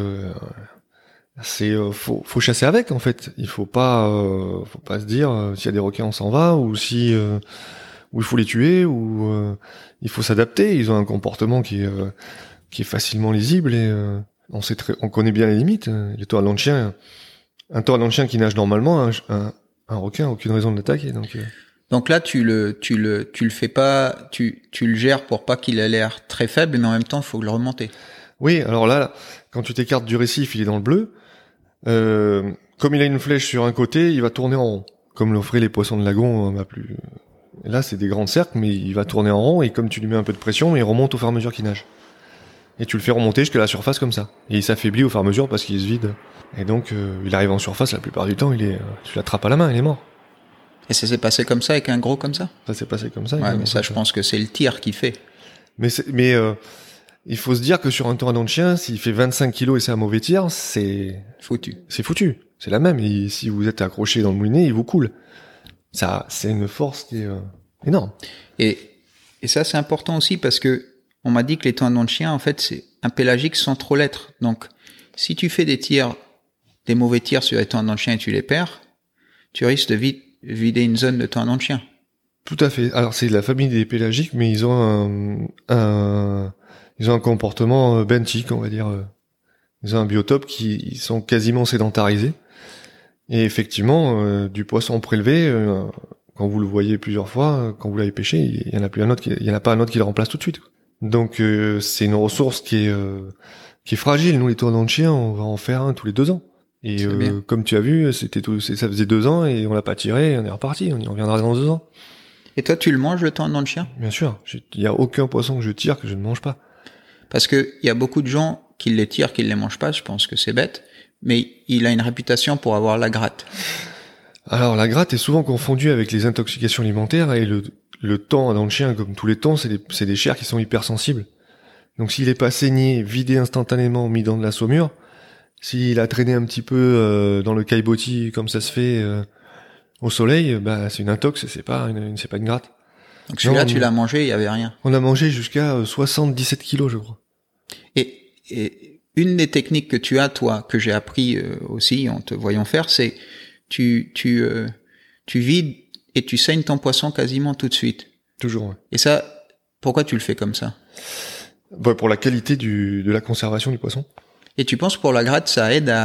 S2: Faut chasser avec, en fait. Il faut pas se dire, s'il y a des requins, on s'en va, ou ou il faut les tuer, ou il faut s'adapter. Ils ont un comportement qui est facilement lisible, et on connaît bien les limites. Les tours de chien, un tour de chien qui nage normalement, un requin a aucune raison de l'attaquer,
S1: Donc là, tu le fais pas, tu le gères pour pas qu'il ait l'air très faible, mais en même temps, il faut le remonter.
S2: Oui, alors là, quand tu t'écartes du récif, il est dans le bleu. Comme il a une flèche sur un côté, il va tourner en rond. Comme le feraient les poissons de lagon, Et là, c'est des grands cercles, mais il va tourner en rond, et comme tu lui mets un peu de pression, il remonte au fur et à mesure qu'il nage. Et tu le fais remonter jusqu'à la surface comme ça. Et il s'affaiblit au fur et à mesure parce qu'il se vide. Et donc, il arrive en surface, la plupart du temps, tu l'attrapes à la main, il est mort.
S1: Et ça s'est passé comme ça avec un gros comme ça?
S2: Ça s'est passé comme ça.
S1: Ouais, mais ça, je pense que c'est le tir qui fait.
S2: Mais il faut se dire que sur un tour de chien, s'il fait 25 kilos et c'est un mauvais tir, c'est
S1: foutu.
S2: C'est foutu. C'est la même. Et si vous êtes accroché dans le moulinet, il vous coule. Ça, c'est une force qui est énorme.
S1: Et ça, c'est important aussi parce que on m'a dit que les tendons de chien, en fait, c'est un pélagique sans trop l'être. Donc, si tu fais des mauvais tirs sur les tendons de chien et tu les perds, tu risques de vite vider une zone de tendons de chien.
S2: Tout à fait. Alors, c'est la famille des pélagiques, mais ils ont un comportement benthique, on va dire. Ils ont un biotope ils sont quasiment sédentarisés. Et effectivement, du poisson prélevé, quand vous le voyez plusieurs fois, quand vous l'avez pêché, il y en a pas un autre qui le remplace tout de suite. Donc c'est une ressource qui est fragile. Nous, les tournants de chien, on va en faire un tous les 2 ans. Et comme tu as vu, ça faisait 2 ans et on l'a pas tiré, on est reparti. On y reviendra dans 2 ans.
S1: Et toi, tu le manges le tendon de chien?
S2: Bien sûr. Il y a aucun poisson que je tire que je ne mange pas.
S1: Parce que il y a beaucoup de gens qui les tirent, qui les mangent pas. Je pense que c'est bête. Mais il a une réputation pour avoir la gratte.
S2: Alors la gratte est souvent confondue avec les intoxications alimentaires, et le thon dans le chien, comme tous les thons, c'est des chairs qui sont hypersensibles. Donc s'il est pas saigné, vidé instantanément, mis dans de la saumure, s'il a traîné un petit peu dans le caillebotis comme ça se fait au soleil, bah c'est une intox, c'est pas une gratte.
S1: Donc celui-là, tu l'as mangé, il y avait rien.
S2: On a mangé jusqu'à 77 kilos, je crois.
S1: Et une des techniques que tu as, toi, que j'ai appris aussi en te voyant faire, c'est tu vides et tu saignes ton poisson quasiment tout de suite.
S2: Toujours, ouais.
S1: Et ça, pourquoi tu le fais comme ça?
S2: Bah, pour la qualité de la conservation du poisson.
S1: Et tu penses pour la gratte, ça aide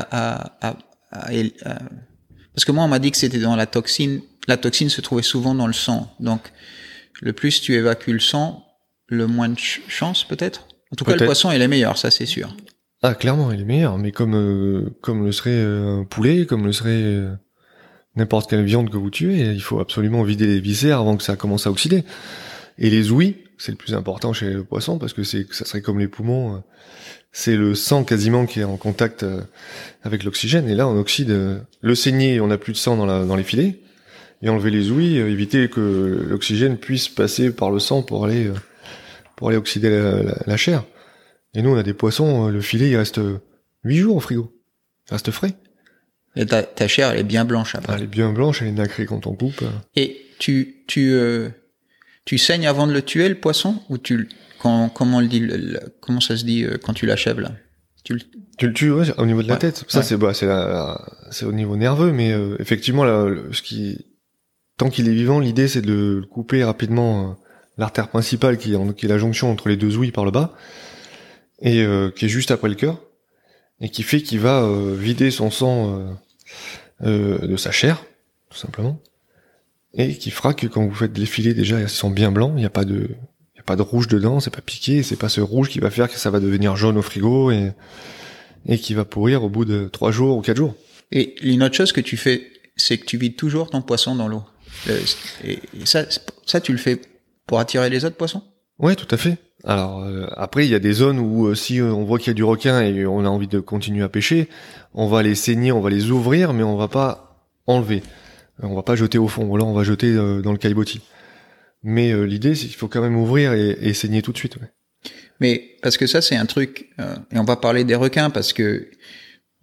S1: parce que moi, on m'a dit que c'était dans la toxine. La toxine se trouvait souvent dans le sang. Donc, le plus tu évacues le sang, le moins de chance, peut-être? En tout cas, le poisson, il est meilleur, ça, c'est sûr.
S2: Ah, clairement, il est meilleur. Mais comme le serait un poulet, comme le serait n'importe quelle viande que vous tuez, il faut absolument vider les viscères avant que ça commence à oxyder. Et les ouïes, c'est le plus important chez le poisson, parce que ça serait comme les poumons. C'est le sang quasiment qui est en contact avec l'oxygène. Et là, on oxyde le saigné, on n'a plus de sang dans les filets. Et enlever les ouïes, éviter que l'oxygène puisse passer par le sang pour aller oxyder la chair. Et nous, on a des poissons, le filet, il reste 8 jours au frigo. Il reste frais.
S1: Et ta chair, elle est bien blanche après.
S2: Elle est bien blanche, elle est nacrée quand on coupe.
S1: Et tu saignes avant de le tuer, le poisson? Ou comment on le dit, comment ça se dit quand tu l'achèves, là? Tu
S2: le tues, ouais, au niveau de la tête. Ça, c'est au niveau nerveux, mais effectivement, là, tant qu'il est vivant, l'idée, c'est de le couper rapidement, l'artère principale qui est la jonction entre les deux ouïes par le bas, et qui est juste après le cœur, et qui fait qu'il va vider son sang de sa chair, tout simplement, et qui fera que quand vous faites les filets, déjà, ils sont bien blancs, il n'y a pas de rouge dedans, c'est pas piqué, c'est pas ce rouge qui va faire que ça va devenir jaune au frigo et qui va pourrir au bout de 3 jours ou 4 jours.
S1: Et une autre chose que tu fais, c'est que tu vides toujours ton poisson dans l'eau. Et ça, tu le fais pour attirer les autres poissons?
S2: Ouais, tout à fait. Alors après, il y a des zones où si on voit qu'il y a du requin et on a envie de continuer à pêcher, on va les saigner, on va les ouvrir, mais on va pas enlever. On va pas jeter au fond, ou alors on va jeter dans le caillebotis. Mais l'idée, c'est qu'il faut quand même ouvrir et saigner tout de suite. Ouais.
S1: Mais parce que ça, c'est un truc, et on va parler des requins, parce que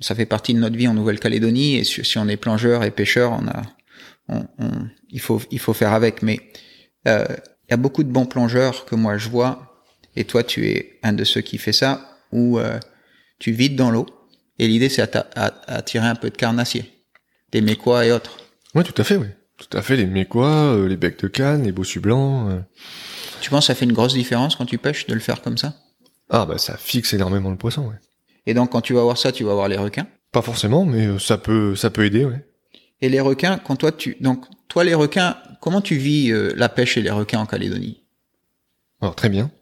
S1: ça fait partie de notre vie en Nouvelle-Calédonie, et si on est plongeur et pêcheur, il faut faire avec. Mais il y a beaucoup de bons plongeurs que moi je vois, et toi tu es un de ceux qui fait ça, où tu vides dans l'eau, et l'idée c'est à tirer un peu de carnassier, des mécois et autres.
S2: Ouais, tout à fait, oui. Tout à fait, les mécois, les becs de canne, les bossus blancs.
S1: Tu penses que ça fait une grosse différence quand tu pêches de le faire comme ça?
S2: Ah bah ça fixe énormément le poisson, ouais.
S1: Et donc quand tu vas voir ça, tu vas voir les requins?
S2: Pas forcément, mais ça peut aider, ouais.
S1: Et les requins, quand toi les requins, comment tu vis la pêche et les requins en Calédonie?
S2: Alors très bien.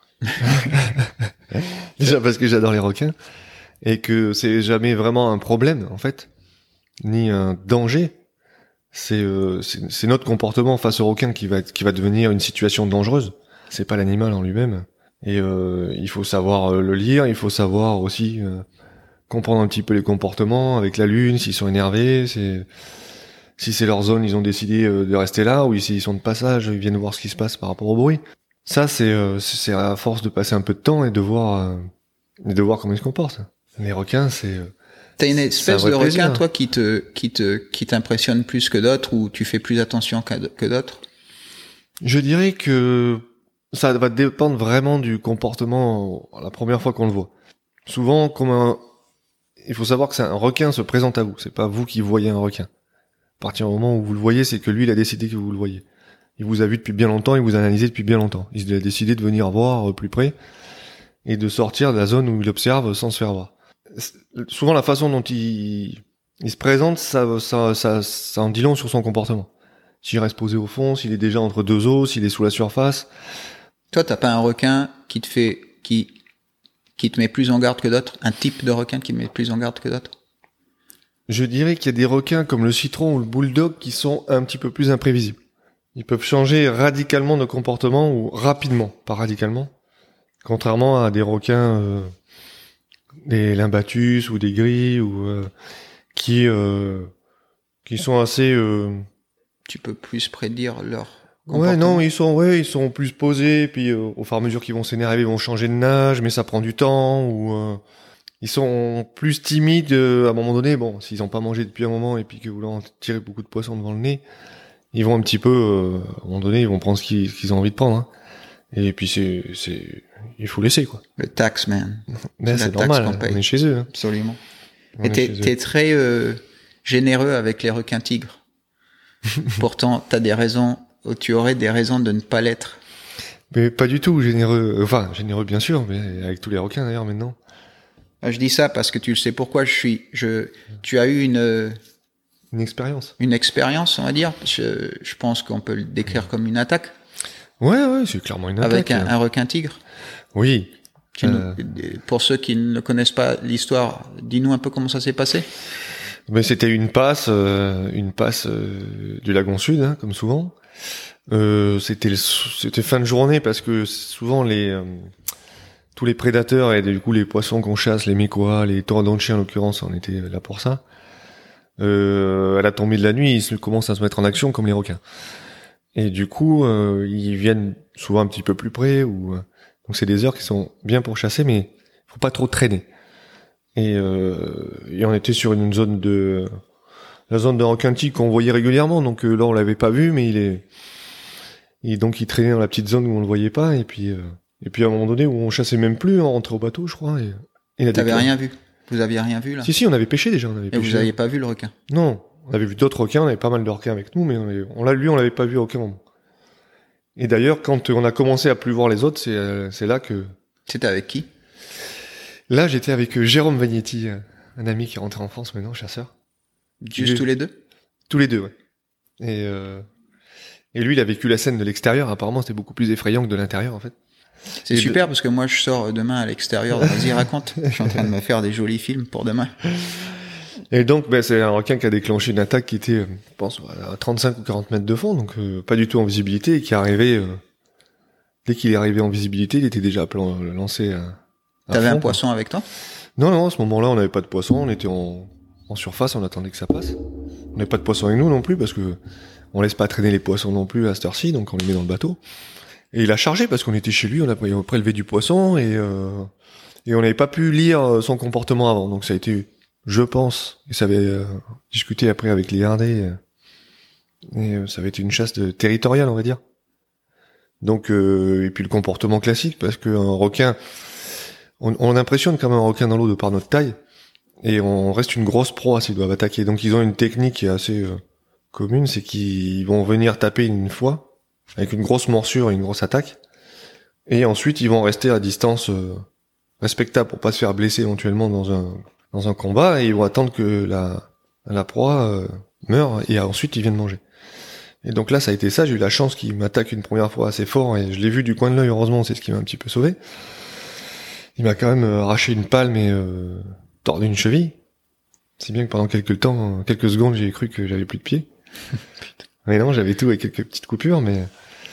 S2: Déjà parce que j'adore les requins et que c'est jamais vraiment un problème en fait, ni un danger. C'est notre comportement face au requin qui va devenir une situation dangereuse. C'est pas l'animal en lui-même. Et il faut savoir le lire, il faut savoir aussi comprendre un petit peu les comportements avec la lune, s'ils sont énervés, si c'est leur zone, ils ont décidé de rester là, ou s'ils sont de passage, ils viennent voir ce qui se passe par rapport au bruit. Ça, c'est à force de passer un peu de temps et de voir comment ils se comportent. Les requins,
S1: T'as une espèce de requin,
S2: plaisir.
S1: toi, qui t'impressionne plus que d'autres, ou tu fais plus attention que d'autres?
S2: Je dirais que ça va dépendre vraiment du comportement la première fois qu'on le voit. Souvent, il faut savoir que un requin se présente à vous. C'est pas vous qui voyez un requin. À partir du moment où vous le voyez, c'est que lui, il a décidé que vous le voyez. Il vous a vu depuis bien longtemps, il vous a analysé depuis bien longtemps. Il a décidé de venir voir plus près et de sortir de la zone où il observe sans se faire voir. Souvent, la façon dont il se présente, ça en dit long sur son comportement. S'il reste posé au fond, s'il est déjà entre deux eaux, s'il est sous la surface.
S1: Toi, t'as pas un requin qui te met plus en garde que d'autres? Un type de requin qui te met plus en garde que d'autres?
S2: Je dirais qu'il y a des requins comme le citron ou le bulldog qui sont un petit peu plus imprévisibles. Ils peuvent changer radicalement de comportement ou rapidement, pas radicalement. Contrairement à des requins, des limbatus ou des gris ou qui sont assez.
S1: Tu peux plus prédire leur comportement.
S2: Ouais, non, ils sont plus posés. Puis au fur et à mesure qu'ils vont s'énerver, ils vont changer de nage, mais ça prend du temps. Ou ils sont plus timides à un moment donné. Bon, s'ils n'ont pas mangé depuis un moment et puis que vous leur tirez beaucoup de poissons devant le nez, ils vont un petit peu, à un moment donné, ils vont prendre ce qu'ils ont envie de prendre. Hein. Et puis il faut laisser quoi.
S1: Le tax man.
S2: Mais c'est normal, on est chez eux. Hein.
S1: Absolument. Et t'es très généreux avec les requins tigres. Pourtant, tu aurais des raisons de ne pas l'être.
S2: Mais pas du tout généreux. Enfin, généreux bien sûr, mais avec tous les requins d'ailleurs maintenant.
S1: Je dis ça parce que tu le sais pourquoi tu as eu
S2: une expérience.
S1: Une expérience, on va dire. Je pense qu'on peut le décrire comme une attaque.
S2: Ouais, c'est clairement une attaque.
S1: Avec un requin tigre.
S2: Oui.
S1: Pour ceux qui ne connaissent pas l'histoire, dis-nous un peu comment ça s'est passé.
S2: Mais c'était une passe du lagon sud, hein, comme souvent. C'était fin de journée parce que souvent tous les prédateurs et du coup les poissons qu'on chasse, les mécois, les tordons de chien en l'occurrence, on était là pour ça. À la tombée de la nuit, ils commencent à se mettre en action comme les requins. Et du coup, ils viennent souvent un petit peu plus près donc c'est des heures qui sont bien pour chasser, mais faut pas trop traîner. Et on était sur la zone de requin tigre qu'on voyait régulièrement, donc là on l'avait pas vu, mais il traînait dans la petite zone où on le voyait pas, et puis à un moment donné où on chassait même plus, on rentrait au bateau, je crois.
S1: T'avais rien vu? Vous aviez rien vu là?
S2: Si, on avait pêché déjà.
S1: Et vous aviez pas vu le requin?
S2: Non, on avait vu d'autres requins, on avait pas mal de requins avec nous, mais on l'avait pas vu à aucun moment. Et d'ailleurs, quand on a commencé à plus voir les autres, c'est là que...
S1: C'était avec qui?
S2: Là, j'étais avec Jérôme Vagnetti, un ami qui est rentré en France maintenant, chasseur.
S1: Juste tous les deux?
S2: Tous les deux, ouais. Et lui, il a vécu la scène de l'extérieur. Apparemment, c'était beaucoup plus effrayant que de l'intérieur, en fait.
S1: C'est super parce que moi, je sors demain à l'extérieur. Vas-y, raconte. Je suis en train de me faire des jolis films pour demain.
S2: Et donc, c'est un requin qui a déclenché une attaque qui était, je pense, à 35 ou 40 mètres de fond, donc pas du tout en visibilité, et qui arrivait... dès qu'il est arrivé en visibilité, il était déjà lancé à
S1: T'avais
S2: fond,
S1: un poisson avec toi?
S2: Non, à ce moment-là, on n'avait pas de poisson, on était en surface, on attendait que ça passe. On n'avait pas de poisson avec nous non plus, parce que on laisse pas traîner les poissons non plus à cette heure-ci, donc on les met dans le bateau. Et il a chargé, parce qu'on était chez lui, on a prélevé du poisson, et on n'avait pas pu lire son comportement avant, donc ça a été je pense, et ça avait discuté après avec les Hardais, et ça avait été une chasse territoriale, on va dire. Donc, et puis le comportement classique, parce qu'un requin, on impressionne quand même un requin dans l'eau de par notre taille, et on reste une grosse proie s'ils doivent attaquer. Donc ils ont une technique qui est assez commune, c'est qu'ils vont venir taper une fois, avec une grosse morsure et une grosse attaque, et ensuite ils vont rester à distance respectable pour pas se faire blesser éventuellement dans un combat, et ils vont attendre que la proie meure, et ensuite ils viennent manger. Et donc là, ça a été ça, j'ai eu la chance qu'il m'attaque une première fois assez fort, et je l'ai vu du coin de l'œil, heureusement, c'est ce qui m'a un petit peu sauvé. Il m'a quand même arraché une palme et tordu une cheville. Si bien que pendant quelques secondes, j'ai cru que j'avais plus de pied. Mais non, j'avais tout avec quelques petites coupures, mais...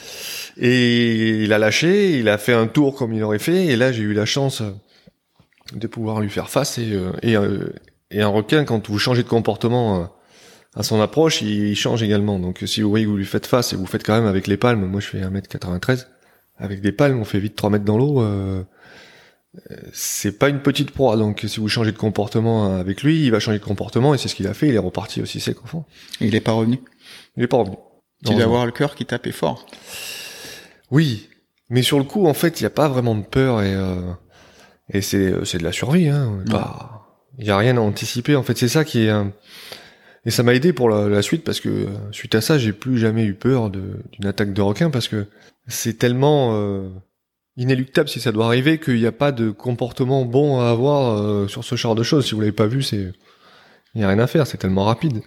S2: Et il a lâché, il a fait un tour comme il aurait fait, et là, j'ai eu la chance de pouvoir lui faire face, et un requin, quand vous changez de comportement... à son approche, il change également. Donc si vous voyez que vous lui faites face, et vous faites quand même avec les palmes, moi je fais 1m93, avec des palmes on fait vite 3 mètres dans l'eau, c'est pas une petite proie. Donc si vous changez de comportement avec lui, il va changer de comportement, et c'est ce qu'il a fait, il est reparti aussi sec au fond.
S1: Et il est pas revenu.
S2: Il est pas revenu.
S1: Tu dois avoir le cœur qui tapait fort.
S2: Oui, mais sur le coup en fait il y a pas vraiment de peur, et c'est de la survie, hein. Il y a rien à anticiper en fait, c'est ça qui est... Et ça m'a aidé pour la suite, parce que suite à ça, j'ai plus jamais eu peur d'une attaque de requin, parce que c'est tellement inéluctable si ça doit arriver, qu'il n'y a pas de comportement bon à avoir sur ce genre de choses. Si vous l'avez pas vu, il y a rien à faire, c'est tellement rapide.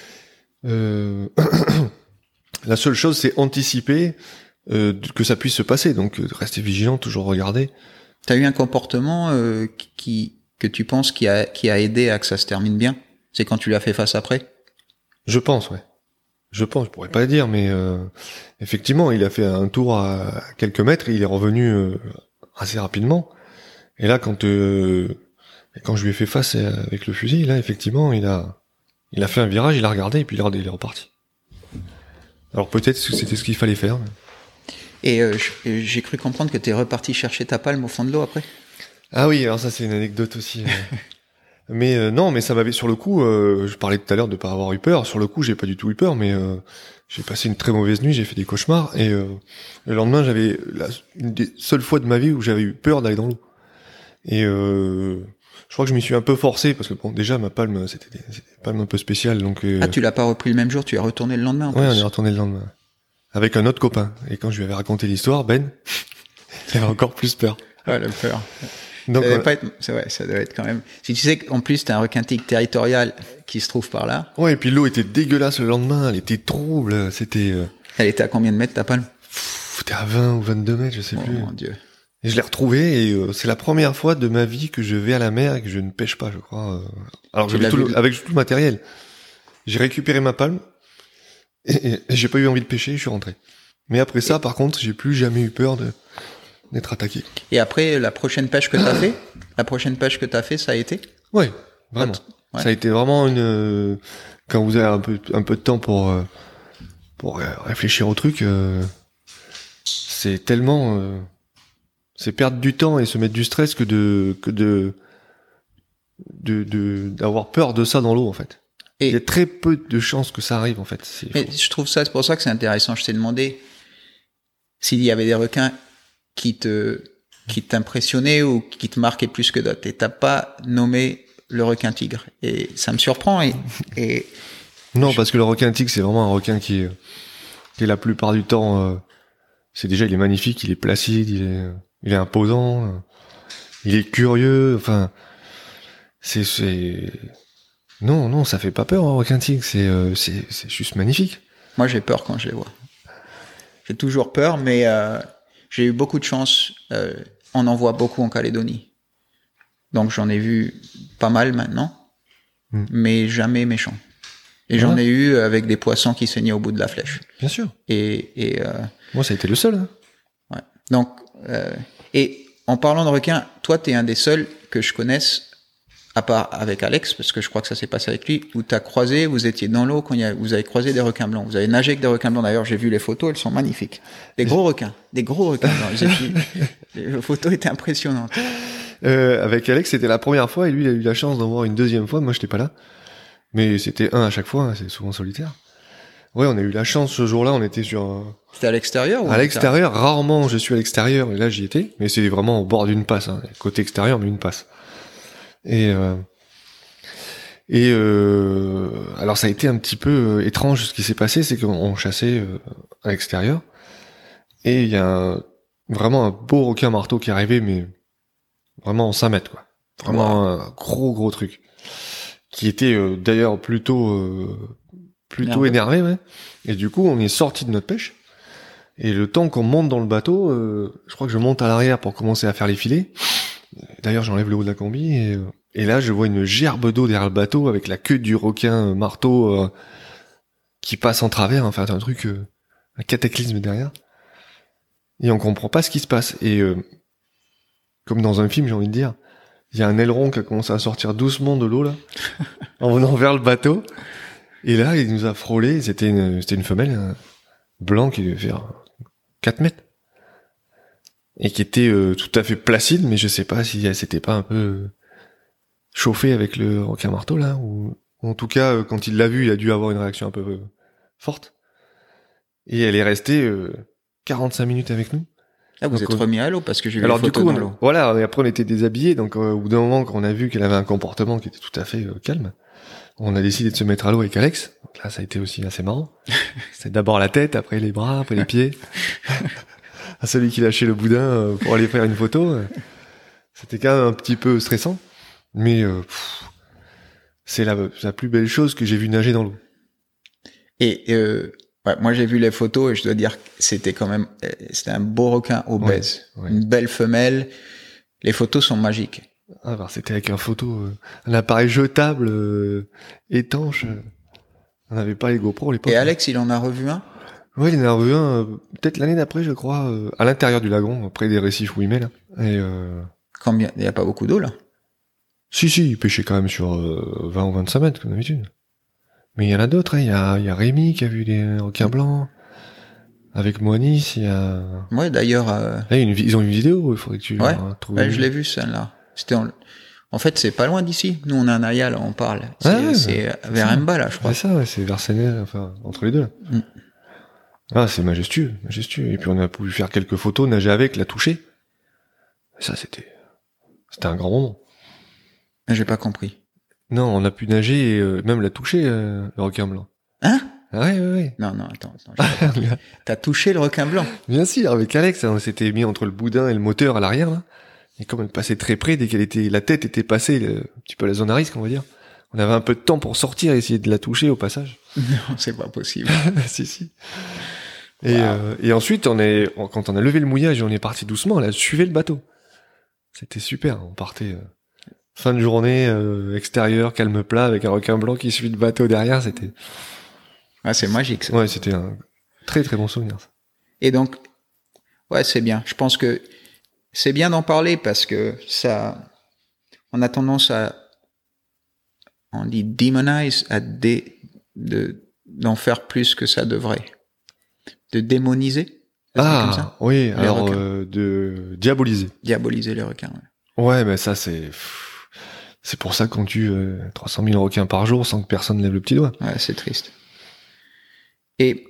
S2: La seule chose, c'est anticiper que ça puisse se passer, donc rester vigilant, toujours regarder.
S1: T'as eu un comportement que tu penses qui a aidé à que ça se termine bien? C'est quand tu lui as fait face après?
S2: Je pense, ouais. Je pourrais pas le dire, mais effectivement, il a fait un tour à quelques mètres, et il est revenu assez rapidement. Et là, quand je lui ai fait face avec le fusil, là, effectivement, il a fait un virage, il a regardé, et puis il est reparti. Alors peut-être que c'était ce qu'il fallait faire.
S1: Et j'ai cru comprendre que t'es reparti chercher ta palme au fond de l'eau après?
S2: Ah oui, alors ça c'est une anecdote aussi. Mais non, mais ça m'avait, sur le coup, je parlais tout à l'heure de pas avoir eu peur. Sur le coup, j'ai pas du tout eu peur, mais j'ai passé une très mauvaise nuit, j'ai fait des cauchemars, et le lendemain, j'avais une des seules fois de ma vie où j'avais eu peur d'aller dans l'eau. Et je crois que je m'y suis un peu forcé, parce que bon, déjà ma palme, c'était des palmes un peu spéciales, donc.
S1: Ah, tu l'as pas repris le même jour, tu es retourné le lendemain.
S2: Ouais, on est retourné le lendemain avec un autre copain. Et quand je lui avais raconté l'histoire, Ben, il avait encore plus peur.
S1: Ouais, le peur.
S2: Donc,
S1: ça doit être quand même... Si tu sais qu'en plus t'as un requin tigre territorial qui se trouve par là...
S2: Ouais, et puis l'eau était dégueulasse le lendemain, elle était trouble, c'était...
S1: Elle était à combien de mètres ta palme?
S2: C'était à 20 ou 22 mètres, je sais plus.
S1: Oh mon Dieu.
S2: Et je l'ai retrouvée, et c'est la première fois de ma vie que je vais à la mer et que je ne pêche pas, je crois. Alors avec tout le matériel. J'ai récupéré ma palme, et j'ai pas eu envie de pêcher, je suis rentré. Mais après ça, par contre, j'ai plus jamais eu peur d'être attaqué.
S1: Et après, la prochaine pêche que t'as fait, ça a été?
S2: Ouais, vraiment. Ouais. Ça a été vraiment quand vous avez un peu de temps pour réfléchir au truc, c'est tellement, c'est perdre du temps et se mettre du stress que d'avoir peur de ça dans l'eau, en fait. Et il y a très peu de chances que ça arrive, en fait.
S1: Mais je trouve ça, c'est pour ça que c'est intéressant. Je t'ai demandé s'il y avait des requins qui t'impressionnaient ou qui te marquaient plus que d'autres. Et t'as pas nommé le requin tigre. Et ça me surprend.
S2: Non, parce que le requin tigre, c'est vraiment un requin qui est la plupart du temps, il est magnifique, il est placide, il est imposant, il est curieux, enfin, non, ça fait pas peur, un requin tigre, c'est juste magnifique.
S1: Moi, j'ai peur quand je les vois. J'ai toujours peur, mais j'ai eu beaucoup de chance. On en voit beaucoup en Calédonie. Donc, j'en ai vu pas mal maintenant, mais jamais méchant. Et j'en ai eu avec des poissons qui saignaient au bout de la flèche.
S2: Bien sûr.
S1: Moi,
S2: ça a été le seul. Hein.
S1: Ouais. Donc, et en parlant de requins, toi, t'es un des seuls que je connaisse, à part avec Alex, parce que je crois que ça s'est passé avec lui, où vous étiez dans l'eau quand vous avez croisé des requins blancs. Vous avez nagé avec des requins blancs. D'ailleurs, j'ai vu les photos, elles sont magnifiques. Des gros requins blancs. Les photos étaient impressionnantes.
S2: Avec Alex, c'était la première fois et lui, il a eu la chance d'en voir une deuxième fois. Moi, j'étais pas là. Mais c'était un à chaque fois, hein, c'est souvent solitaire. Ouais, on a eu la chance ce jour-là, on était sur...
S1: C'était à l'extérieur ou
S2: à l'extérieur, rarement je suis à l'extérieur, et là j'y étais, mais c'est vraiment au bord d'une passe, hein, côté extérieur, mais une passe. Et alors ça a été un petit peu étrange ce qui s'est passé, c'est qu'on chassait à l'extérieur, et il y a vraiment un beau requin marteau qui est arrivé, mais vraiment en 5 mètres, quoi. Vraiment un gros truc. Qui était d'ailleurs plutôt énervé, ouais. Et du coup, on est sorti de notre pêche. Et le temps qu'on monte dans le bateau, je crois que je monte à l'arrière pour commencer à faire les filets. D'ailleurs, j'enlève le haut de la combi et là, je vois une gerbe d'eau derrière le bateau avec la queue du requin marteau qui passe en travers. Enfin, un truc, un cataclysme derrière. Et on comprend pas ce qui se passe. Et comme dans un film, j'ai envie de dire, il y a un aileron qui a commencé à sortir doucement de l'eau là, en venant vers le bateau. Et là, il nous a frôlé. C'était une femelle blanc qui devait faire 4 mètres et qui était tout à fait placide, mais je sais pas si elle s'était pas un peu chauffée avec le requin marteau là, ou en tout cas quand il l'a vu, il a dû avoir une réaction un peu forte. Et elle est restée 45 minutes avec nous.
S1: Ah, vous êtes remis à l'eau parce que j'ai vu
S2: alors
S1: les photos dans l'eau.
S2: Voilà, et après on était déshabillés, donc au bout d'un moment quand on a vu qu'elle avait un comportement qui était tout à fait calme, on a décidé de se mettre à l'eau avec Alex. Donc là ça a été aussi assez marrant. C'est d'abord la tête, après les bras, après les pieds. À celui qui lâchait le boudin pour aller faire une photo. C'était quand même un petit peu stressant, mais c'est la plus belle chose que j'ai vu nager dans l'eau.
S1: Et ouais, moi j'ai vu les photos et je dois dire que c'était quand même c'était un beau requin obèse,
S2: ouais.
S1: Une belle femelle. Les photos sont magiques.
S2: Ah bah c'était avec un appareil jetable étanche. On n'avait pas les GoPro à l'époque.
S1: Et Alex, il en a revu un?
S2: Oui, il en a revu un peut-être l'année d'après, je crois, à l'intérieur du lagon, près des récifs où il met là. Et
S1: combien? Il y a pas beaucoup d'eau là.
S2: Si, il pêchait quand même sur 20 ou 25 mètres comme d'habitude. Mais il y en a d'autres, hein. Il y a Rémi qui a vu des requins blancs. Avec Moanis, il y a...
S1: Ouais, d'ailleurs...
S2: ils ont une vidéo, il faudrait que tu trouves.
S1: Ouais, je l'ai vu, celle-là. C'était en fait, c'est pas loin d'ici. Nous, on a un Ayal, on parle. C'est vers Mba, là, je crois.
S2: C'est ça, ouais, c'est vers Sénèze, enfin, entre les deux, là. Mm. Ah, c'est majestueux. Et puis on a pu faire quelques photos, nager avec, la toucher. Ça, c'était un grand moment.
S1: J'ai pas compris.
S2: Non, on a pu nager et même la toucher, le requin blanc.
S1: Hein?
S2: Ah ouais.
S1: Non, attends. T'as touché le requin blanc?
S2: Bien sûr, avec Alex, on s'était mis entre le boudin et le moteur à l'arrière, là. Et comme elle passait très près, dès la tête était passée, un petit peu à la zone à risque, on va dire. On avait un peu de temps pour sortir et essayer de la toucher au passage.
S1: Non, c'est pas possible.
S2: Si. Et ensuite, quand on a levé le mouillage et on est parti doucement, elle a suivi le bateau. C'était super. On partait fin de journée, extérieur, calme plat, avec un requin blanc qui suit le bateau derrière. C'était...
S1: Ah, c'est magique, ça.
S2: Ouais, c'était un très très bon souvenir, ça.
S1: Et donc, ouais, c'est bien. Je pense que c'est bien d'en parler parce que ça, on a tendance on dit demonize, d'en faire plus que ça devrait. De démoniser.
S2: Comme ça, oui, alors de diaboliser.
S1: Diaboliser les requins,
S2: ouais. Ouais, mais ça c'est pour ça qu'on tue 300 000 requins par jour sans que personne lève le petit doigt.
S1: Ouais, c'est triste. Et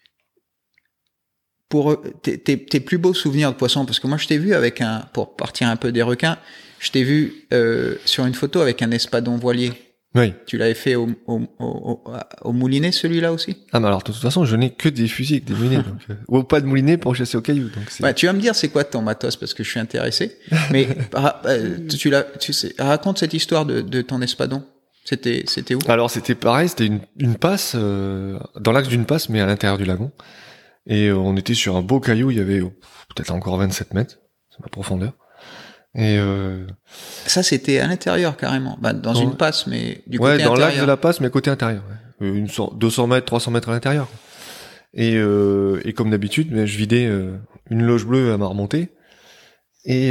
S1: tes plus beaux souvenirs de poissons, parce que moi je t'ai vu pour partir un peu des requins, je t'ai vu sur une photo avec un espadon voilier.
S2: Oui.
S1: Tu l'avais fait au moulinet, celui-là aussi?
S2: Ah, mais alors, de toute façon, je n'ai que des fusils avec des moulinets, donc, ou pas de moulinet pour chasser au caillou, donc c'est...
S1: Ouais, tu vas me dire c'est quoi ton matos, parce que je suis intéressé. Mais, raconte cette histoire de ton espadon. C'était où?
S2: Alors, c'était pareil, c'était une passe, dans l'axe d'une passe, mais à l'intérieur du lagon. Et on était sur un beau caillou, il y avait peut-être encore 27 mètres, c'est ma profondeur. Et
S1: ça, c'était à l'intérieur, carrément. Dans une passe, mais du côté intérieur.
S2: Ouais, dans l'axe de la passe, mais côté intérieur. Ouais. 200 mètres, 300 mètres à l'intérieur. Et comme d'habitude, je vidais une loge bleue à ma remontée. Et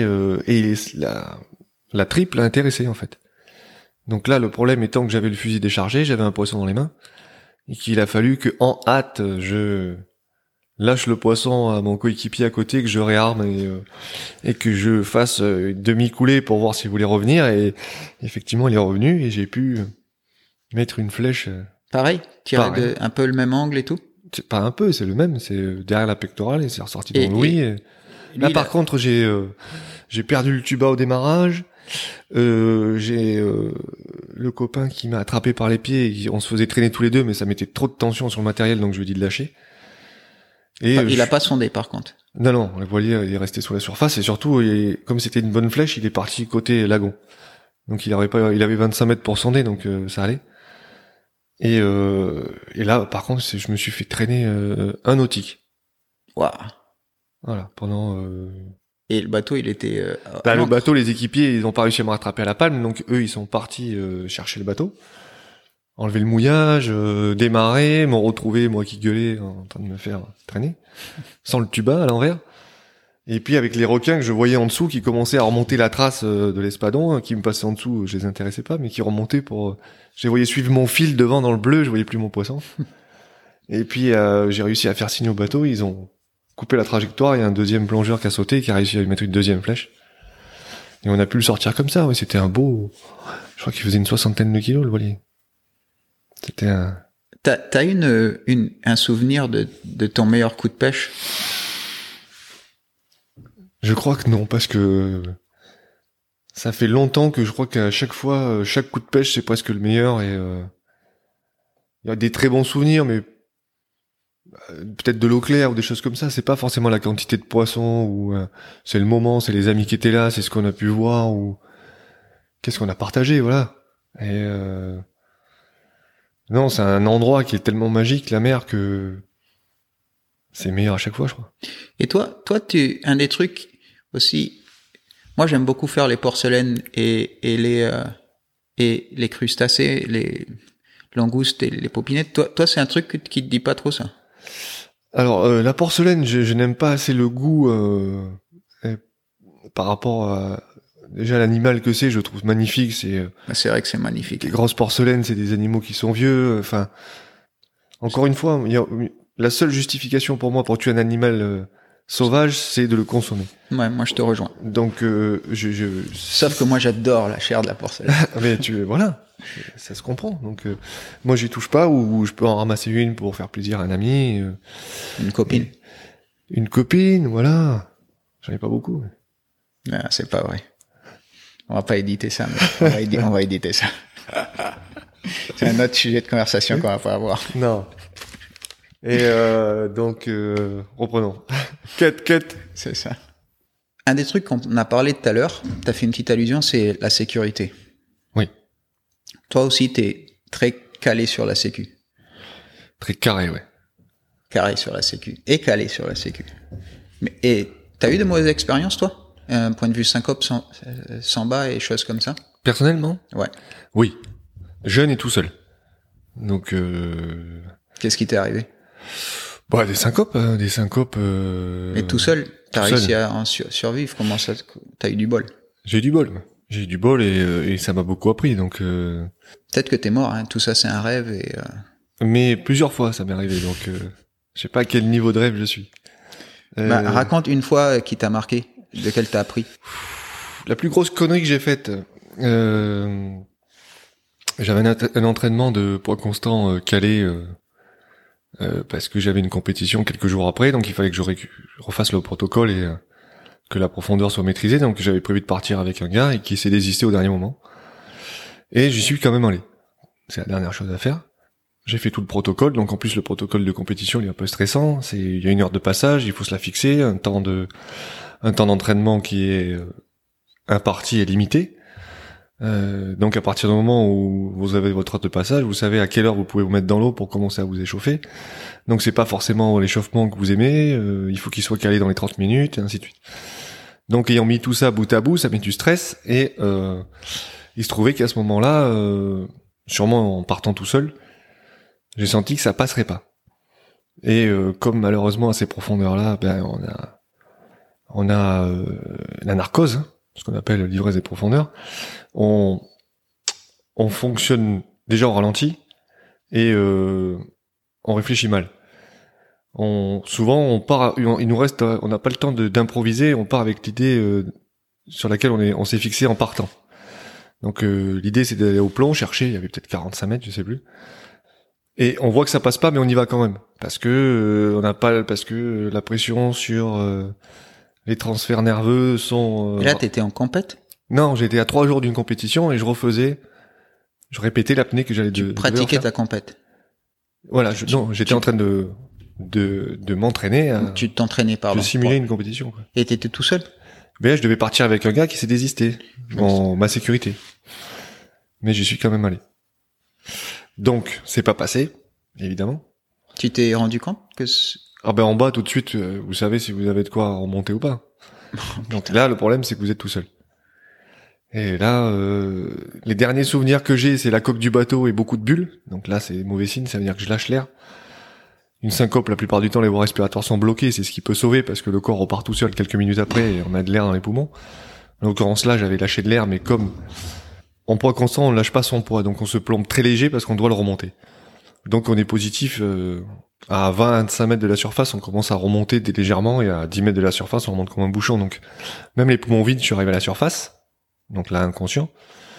S2: la triple a intéressé, en fait. Donc là, le problème étant que j'avais le fusil déchargé, j'avais un poisson dans les mains. Et qu'il a fallu que, en hâte, je lâche le poisson à mon coéquipier à côté, que je réarme et que je fasse une demi-coulée pour voir s'il voulait revenir. Et effectivement, il est revenu et j'ai pu mettre une flèche.
S1: Pareil, tirer un peu le même angle et tout.
S2: C'est pas un peu, c'est le même. C'est derrière la pectorale et c'est ressorti dans l'ouïe. Là, par contre, j'ai perdu le tuba au démarrage. J'ai le copain qui m'a attrapé par les pieds. On se faisait traîner tous les deux, mais ça mettait trop de tension sur le matériel, donc je lui ai dit de lâcher. Et
S1: il a pas sondé par contre.
S2: Non, le voilier il est resté sur la surface et surtout, comme c'était une bonne flèche, il est parti côté lagon. Donc il avait 25 mètres pour sonder, donc ça allait. Et là, par contre, je me suis fait traîner un nautique.
S1: Waouh.
S2: Voilà, pendant.
S1: Et le bateau, il était.
S2: Le bateau, les équipiers, ils ont pas réussi à me rattraper à la palme, donc eux, ils sont partis chercher le bateau, enlever le mouillage, démarrer, m'ont retrouvé moi qui gueulais en train de me faire traîner, sans le tuba à l'envers. Et puis avec les requins que je voyais en dessous qui commençaient à remonter la trace de l'espadon, qui me passaient en dessous, je les intéressais pas, mais qui remontaient pour. Je les voyais suivre mon fil devant dans le bleu, je voyais plus mon poisson. Et puis j'ai réussi à faire signe au bateau, ils ont coupé la trajectoire, il y a un deuxième plongeur qui a sauté, qui a réussi à lui mettre une deuxième flèche. Et on a pu le sortir comme ça, ouais, c'était un beau. Je crois qu'il faisait une 60aine de kilos le voilier. C'était un.
S1: T'as un souvenir de ton meilleur coup de pêche?
S2: Je crois que non, parce que ça fait longtemps que je crois qu'à chaque fois, chaque coup de pêche, c'est presque le meilleur et il y a des très bons souvenirs, mais peut-être de l'eau claire ou des choses comme ça. C'est pas forcément la quantité de poissons ou c'est le moment, c'est les amis qui étaient là, c'est ce qu'on a pu voir ou qu'est-ce qu'on a partagé, voilà. Et non, c'est un endroit qui est tellement magique, la mer, que c'est meilleur à chaque fois, je crois.
S1: Et toi, un des trucs aussi, moi j'aime beaucoup faire les porcelaines et les crustacés, les langoustes et les popinettes. Toi, c'est un truc qui te dit pas trop ça?
S2: Alors, la porcelaine, je n'aime pas assez le goût par rapport à déjà l'animal que c'est. Je trouve magnifique.
S1: C'est vrai que c'est magnifique.
S2: Les grosses porcelaines, c'est des animaux qui sont vieux. Enfin, encore une fois, la seule justification pour moi pour tuer un animal sauvage, c'est de le consommer.
S1: Ouais, moi je te rejoins.
S2: Donc,
S1: sauf que moi j'adore la chair de la porcelaine.
S2: Mais voilà. Ça se comprend. Donc moi j'y touche pas ou je peux en ramasser une pour faire plaisir à un ami,
S1: une copine.
S2: Une copine, voilà. J'en ai pas beaucoup.
S1: Mais... Ah, c'est pas vrai. On va pas éditer ça, mais on va éditer ça. C'est un autre sujet de conversation qu'on va pas avoir.
S2: Non. Et donc reprenons. Cut.
S1: C'est ça. Un des trucs qu'on a parlé tout à l'heure, t'as fait une petite allusion, c'est la sécurité.
S2: Oui.
S1: Toi aussi, t'es très calé sur la sécu.
S2: Très carré, ouais.
S1: Carré sur la sécu. Et calé sur la sécu. Et t'as eu de mauvaises expériences, toi? Un point de vue syncope, sans bas et choses comme ça?
S2: Personnellement?
S1: Ouais.
S2: Oui. Jeune et tout seul. Donc
S1: Qu'est-ce qui t'est arrivé?
S2: Des syncopes,
S1: Mais tout seul? T'as réussi à en survivre? Comment ça? T'as eu du bol?
S2: J'ai eu du bol. J'ai eu du bol et ça m'a beaucoup appris, donc...
S1: Peut-être que t'es mort, hein. Tout ça c'est un rêve et...
S2: Mais plusieurs fois ça m'est arrivé, donc je sais pas à quel niveau de rêve je suis.
S1: Raconte une fois qui t'a marqué, de quelle t'as appris.
S2: La plus grosse connerie que j'ai faite, j'avais un entraînement de poids constant calé parce que j'avais une compétition quelques jours après, donc il fallait que je refasse le protocole et... que la profondeur soit maîtrisée, donc j'avais prévu de partir avec un gars et qui s'est désisté au dernier moment. Et j'y suis quand même allé. C'est la dernière chose à faire. J'ai fait tout le protocole, donc en plus le protocole de compétition il est un peu stressant, il y a 1 heure de passage, il faut se la fixer, un temps d'entraînement qui est imparti et limité. Donc à partir du moment où vous avez votre heure de passage, vous savez à quelle heure vous pouvez vous mettre dans l'eau pour commencer à vous échauffer. Donc c'est pas forcément l'échauffement que vous aimez, il faut qu'il soit calé dans les 30 minutes, et ainsi de suite. Donc ayant mis tout ça bout à bout, ça met du stress, et il se trouvait qu'à ce moment-là, sûrement en partant tout seul, j'ai senti que ça passerait pas. Et comme malheureusement à ces profondeurs-là, on a la narcose, ce qu'on appelle l'ivresse des profondeurs, on fonctionne déjà au ralenti, et on réfléchit mal. souvent on part, il nous reste, on n'a pas le temps d'improviser, on part avec l'idée sur laquelle on s'est fixé en partant. Donc l'idée c'est d'aller au plomb, chercher, il y avait peut-être 45 mètres, je sais plus. Et on voit que ça passe pas, mais on y va quand même parce que parce que la pression sur les transferts nerveux sont.
S1: Et là, t'étais en compète?
S2: Non, j'étais à 3 jours d'une compétition et je répétais l'apnée que j'allais
S1: Tu pratiquais ta compète.
S2: Voilà, j'étais en train de m'entraîner.
S1: Tu t'entraînais, pardon.
S2: Je simulais une compétition. Quoi.
S1: Et t'étais tout seul?
S2: Mais là, je devais partir avec un gars qui s'est désisté en ma sécurité. Mais j'y suis quand même allé. Donc, c'est pas passé, évidemment.
S1: Tu t'es rendu compte que...
S2: En bas, tout de suite, vous savez si vous avez de quoi remonter ou pas. Donc là, le problème, c'est que vous êtes tout seul. Et là, les derniers souvenirs que j'ai, c'est la coque du bateau et beaucoup de bulles. Donc là, c'est mauvais signe, ça veut dire que je lâche l'air. Une syncope, la plupart du temps, les voies respiratoires sont bloquées, c'est ce qui peut sauver parce que le corps repart tout seul quelques minutes après et on a de l'air dans les poumons. En l'occurrence là, j'avais lâché de l'air, mais comme en poids constant, on lâche pas son poids, donc on se plombe très léger parce qu'on doit le remonter. Donc on est positif à 25 mètres de la surface, on commence à remonter légèrement et à 10 mètres de la surface, on remonte comme un bouchon. Donc même les poumons vides, je suis arrivé à la surface, donc là inconscient.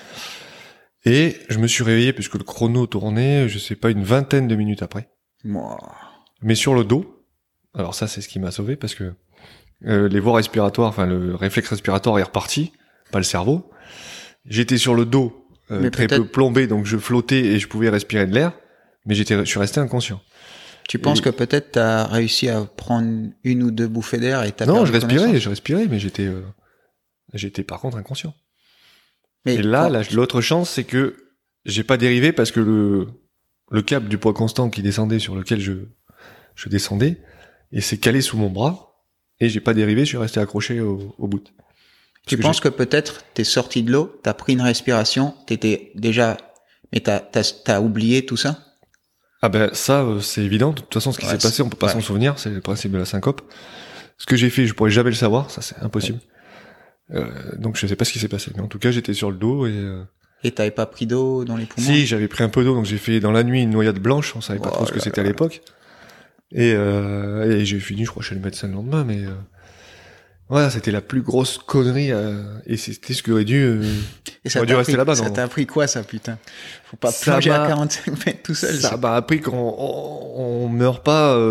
S2: Et je me suis réveillé puisque le chrono tournait, je sais pas, une vingtaine de minutes après.
S1: Wow.
S2: Mais sur le dos, alors ça c'est ce qui m'a sauvé parce que les voies respiratoires, enfin le réflexe respiratoire est reparti, pas le cerveau. J'étais sur le dos, très peu plombé, donc je flottais et je pouvais respirer de l'air, mais je suis resté inconscient.
S1: Tu penses que peut-être t'as réussi à prendre une ou deux bouffées d'air et t'as
S2: Non, je respirais, mais j'étais par contre inconscient. Et là, l'autre chance, c'est que j'ai pas dérivé parce que le câble du poids constant qui descendait sur lequel je descendais, et s'est calé sous mon bras, et j'ai pas dérivé, je suis resté accroché au bout.
S1: Tu penses que peut-être t'es sorti de l'eau, t'as pris une respiration, t'étais déjà, mais t'as oublié tout ça?
S2: Ah ben ça, c'est évident. De toute façon, ce qui s'est passé, on peut pas s'en souvenir. C'est le principe de la syncope. Ce que j'ai fait, je pourrais jamais le savoir. Ça, c'est impossible. Donc je sais pas ce qui s'est passé. Mais en tout cas, j'étais sur le dos
S1: Et t'avais pas pris d'eau dans les poumons?
S2: Si, j'avais pris un peu d'eau. Donc j'ai fait dans la nuit une noyade blanche. On savait pas trop ce que c'était à l'époque. Et j'ai fini, je crois, chez le médecin le lendemain. Mais voilà, c'était la plus grosse connerie. Et c'était ce qui aurait dû.
S1: Et ça
S2: rester là-bas.
S1: Ça t'a appris quoi, ça, putain? Faut pas plonger à 45 mètres tout seul.
S2: Ça m'a appris qu'on meurt pas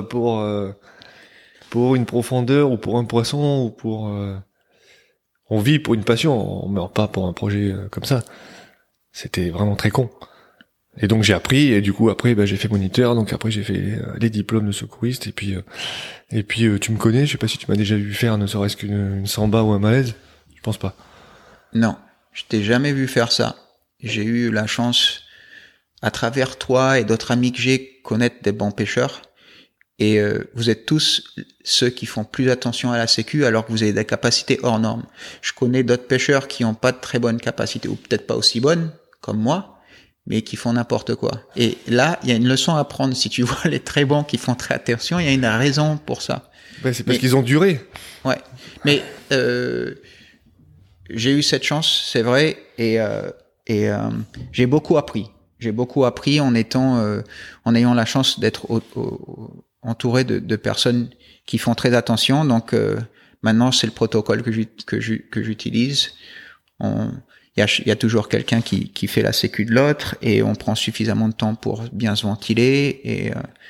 S2: pour une profondeur ou pour un poisson ou pour. On vit pour une passion. On meurt pas pour un projet comme ça. C'était vraiment très con. Et donc j'ai appris et du coup après j'ai fait moniteur. Donc après j'ai fait les diplômes de secouriste et puis tu me connais. Je sais pas si tu m'as déjà vu faire ne serait-ce qu'une samba ou un malaise. Je pense pas.
S1: Non, je t'ai jamais vu faire ça. J'ai eu la chance, à travers toi et d'autres amis que j'ai, connaître des bons pêcheurs. Et vous êtes tous ceux qui font plus attention à la sécu alors que vous avez des capacités hors normes. Je connais d'autres pêcheurs qui ont pas de très bonnes capacités, ou peut-être pas aussi bonnes, comme moi, mais qui font n'importe quoi. Et là, il y a une leçon à prendre. Si tu vois les très bons qui font très attention, il y a une raison pour ça.
S2: C'est parce qu'ils ont duré.
S1: Ouais. Mais j'ai eu cette chance, c'est vrai, et j'ai beaucoup appris. J'ai beaucoup appris en ayant la chance d'être entouré de personnes qui font très attention. Donc maintenant, c'est le protocole que j'utilise. Il y a toujours quelqu'un qui fait la sécu de l'autre et on prend suffisamment de temps pour bien se ventiler. Et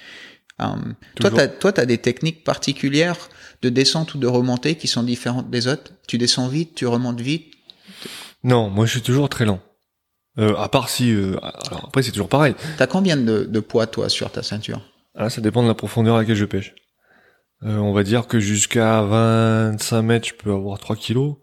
S1: toi, t'as des techniques particulières de descente ou de remontée qui sont différentes des autres? Tu descends vite, tu remontes vite?
S2: Non, moi je suis toujours très lent. À part si... alors après c'est toujours pareil.
S1: T'as combien de poids toi sur ta ceinture?
S2: Ah, ça dépend de la profondeur à laquelle je pêche. On va dire que jusqu'à 25 mètres je peux avoir 3 kilos.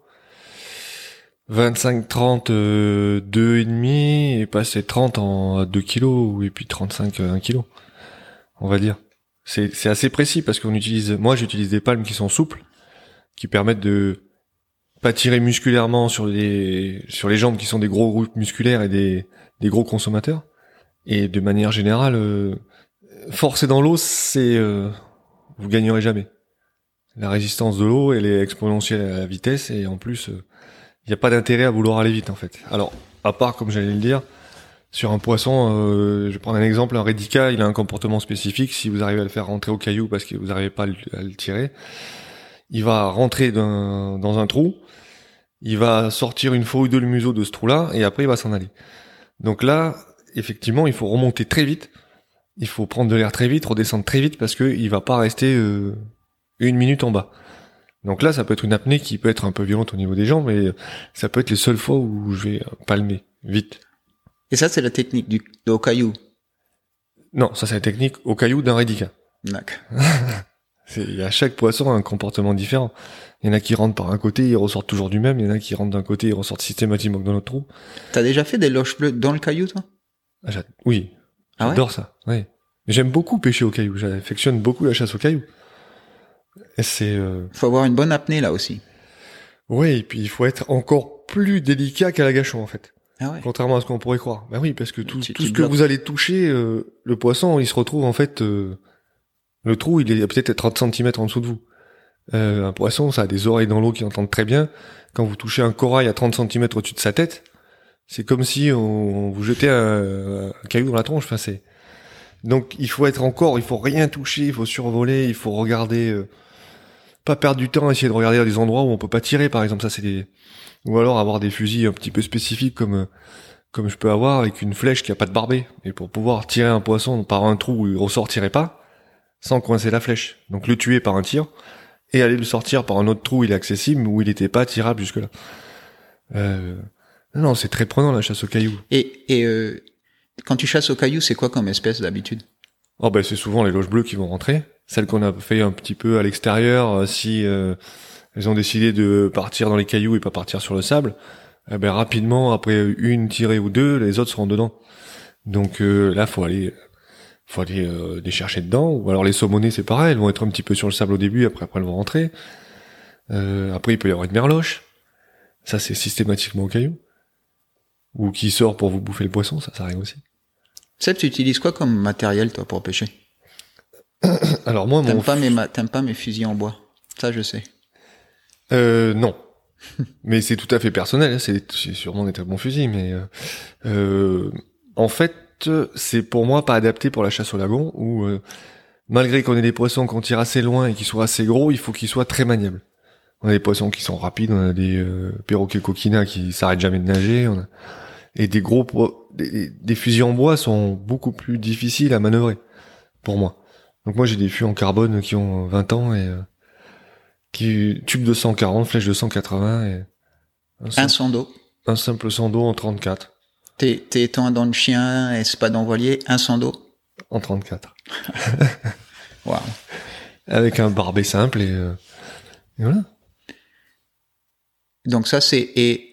S2: 25-30, 2,5 et passer 30 à 2 kilos et puis 35 1 kilo. On va dire. C'est assez précis parce moi j'utilise des palmes qui sont souples, qui permettent de pas tirer musculairement sur les jambes qui sont des gros groupes musculaires et des gros consommateurs. Et de manière générale, forcer dans l'eau, vous gagnerez jamais. La résistance de l'eau, elle est exponentielle à la vitesse et en plus, il n'y a pas d'intérêt à vouloir aller vite en fait. Alors, à part, comme j'allais le dire, Sur un poisson, je vais prendre un exemple, un rédica, il a un comportement spécifique. Si vous arrivez à le faire rentrer au caillou parce que vous n'arrivez pas à le tirer, il va rentrer dans un trou, il va sortir une fois ou deux le museau de ce trou-là, et après il va s'en aller. Donc là, effectivement, il faut remonter très vite, il faut prendre de l'air très vite, redescendre très vite, parce que il va pas rester 1 minute en bas. Donc là, ça peut être une apnée qui peut être un peu violente au niveau des jambes, mais ça peut être les seules fois où je vais palmer vite.
S1: Et ça, c'est la technique au caillou.
S2: Non, ça c'est la technique au caillou d'un rédica.
S1: D'accord.
S2: Il y a chaque poisson a un comportement différent. Il y en a qui rentrent par un côté, ils ressortent toujours du même. Il y en a qui rentrent d'un côté, ils ressortent systématiquement dans l'autre trou.
S1: T'as déjà fait des loches bleues dans le caillou, toi?
S2: Oui,
S1: Ah
S2: j'adore ça. Oui. J'aime beaucoup pêcher au caillou. J'affectionne beaucoup la chasse au caillou. Et c'est.
S1: Faut avoir une bonne apnée là aussi.
S2: Oui, et puis il faut être encore plus délicat qu'à l'agachon en fait.
S1: Ah ouais.
S2: Contrairement à ce qu'on pourrait croire. Ben oui, parce que tout ce que
S1: bloques.
S2: vous allez toucher, le poisson, il se retrouve en fait. Le trou, il est peut-être à 30 cm en dessous de vous. Un poisson, ça a des oreilles dans l'eau qui entendent très bien. Quand vous touchez un corail à 30 cm au-dessus de sa tête, c'est comme si on vous jetait un caillou dans la tronche. Enfin, donc il faut rien toucher, il faut survoler, il faut regarder, pas perdre du temps, essayer de regarder à des endroits où on peut pas tirer, par exemple. Ou alors avoir des fusils un petit peu spécifiques comme je peux avoir avec une flèche qui a pas de barbet. Et pour pouvoir tirer un poisson par un trou où il ressortirait pas, sans coincer la flèche. Donc le tuer par un tir, et aller le sortir par un autre trou où il est accessible, où il n'était pas tirable jusque-là. Non, c'est très prenant la chasse au caillou.
S1: Et quand tu chasses au caillou, c'est quoi comme espèce d'habitude?
S2: Oh ben c'est souvent les loches bleues qui vont rentrer. Celles qu'on a fait un petit peu à l'extérieur, si elles ont décidé de partir dans les cailloux et pas partir sur le sable, ben rapidement, après une tirée ou deux, les autres seront dedans. Donc là, faut aller les chercher dedans. Ou alors les saumonnées, c'est pareil, elles vont être un petit peu sur le sable au début, après elles vont rentrer. Après il peut y avoir une merloche, ça c'est systématiquement au caillou, ou qui sort pour vous bouffer le poisson, ça arrive aussi.
S1: Seb, tu utilises quoi comme matériel toi pour pêcher?
S2: Alors moi,
S1: t'aimes pas mes fusils en bois, ça je sais.
S2: Non. Mais c'est tout à fait personnel, hein. C'est sûrement des très bons fusils, mais en fait, c'est pour moi pas adapté pour la chasse au lagon, où malgré qu'on ait des poissons qu'on tire assez loin et qu'ils soient assez gros, il faut qu'ils soient très maniables. On a des poissons qui sont rapides, on a des perroquets coquina qui s'arrêtent jamais de nager, et des fusils en bois sont beaucoup plus difficiles à manœuvrer, pour moi. Donc moi j'ai des fûts en carbone qui ont 20 ans et tube de 140, flèche de 180 et
S1: un sando.
S2: Un simple sando en 34.
S1: T'es étant dans le chien, espadon voilier, un sando
S2: en 34.
S1: Wow.
S2: Avec un barbet simple et voilà.
S1: Donc ça c'est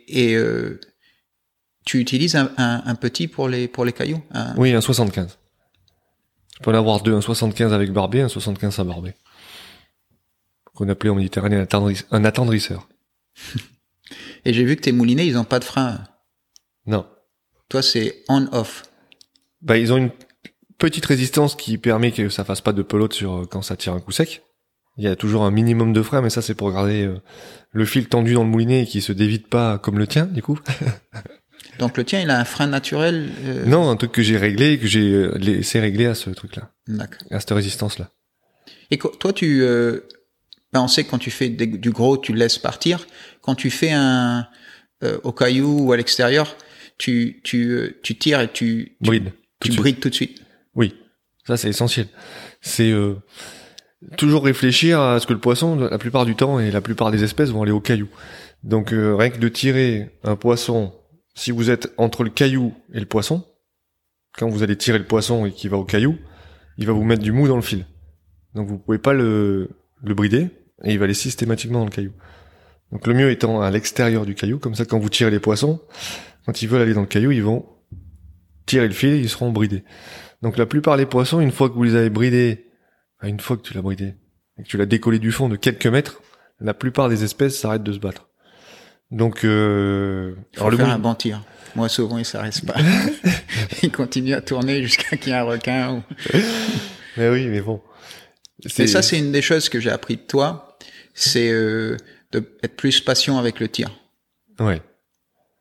S1: tu utilises un petit pour les cailloux?
S2: Oui, un 75. Je peux en avoir deux, un 75 avec barbet, un 75 sans barbet. Qu'on appelait en Méditerranée un attendrisseur.
S1: Et j'ai vu que tes moulinets, ils ont pas de frein.
S2: Non.
S1: Toi, c'est on-off.
S2: Bah, ils ont une petite résistance qui permet que ça fasse pas de pelote quand ça tire un coup sec. Il y a toujours un minimum de frein, mais ça, c'est pour garder le fil tendu dans le moulinet et qui se dévide pas comme le tien, du coup.
S1: Donc le tien, il a un frein naturel
S2: Non, un truc que j'ai réglé, que j'ai laissé régler à ce truc-là.
S1: D'accord.
S2: À cette résistance-là.
S1: Et toi, on sait que quand tu fais du gros, tu le laisses partir. Quand tu fais au caillou ou à l'extérieur, tu tires et tu brides tout de suite.
S2: Oui, ça c'est essentiel. C'est toujours réfléchir à ce que le poisson, la plupart du temps et la plupart des espèces vont aller au caillou. Donc rien que de tirer un poisson, si vous êtes entre le caillou et le poisson, quand vous allez tirer le poisson et qu'il va au caillou, il va vous mettre du mou dans le fil. Donc vous pouvez pas le brider et il va aller systématiquement dans le caillou. Donc le mieux étant à l'extérieur du caillou, comme ça quand vous tirez les poissons, quand ils veulent aller dans le caillou, ils vont tirer le fil et ils seront bridés. Donc la plupart des poissons, une fois que vous les avez bridés, une fois que tu l'as bridé et que tu l'as décollé du fond de quelques mètres, la plupart des espèces s'arrêtent de se battre. Donc
S1: faut faire un bon tir. Moi souvent il s'arrête pas. Il continue à tourner jusqu'à qu'il y ait un requin.
S2: Mais oui, mais bon.
S1: Et ça c'est une des choses que j'ai appris de toi, c'est d'être plus patient avec le tir.
S2: Ouais.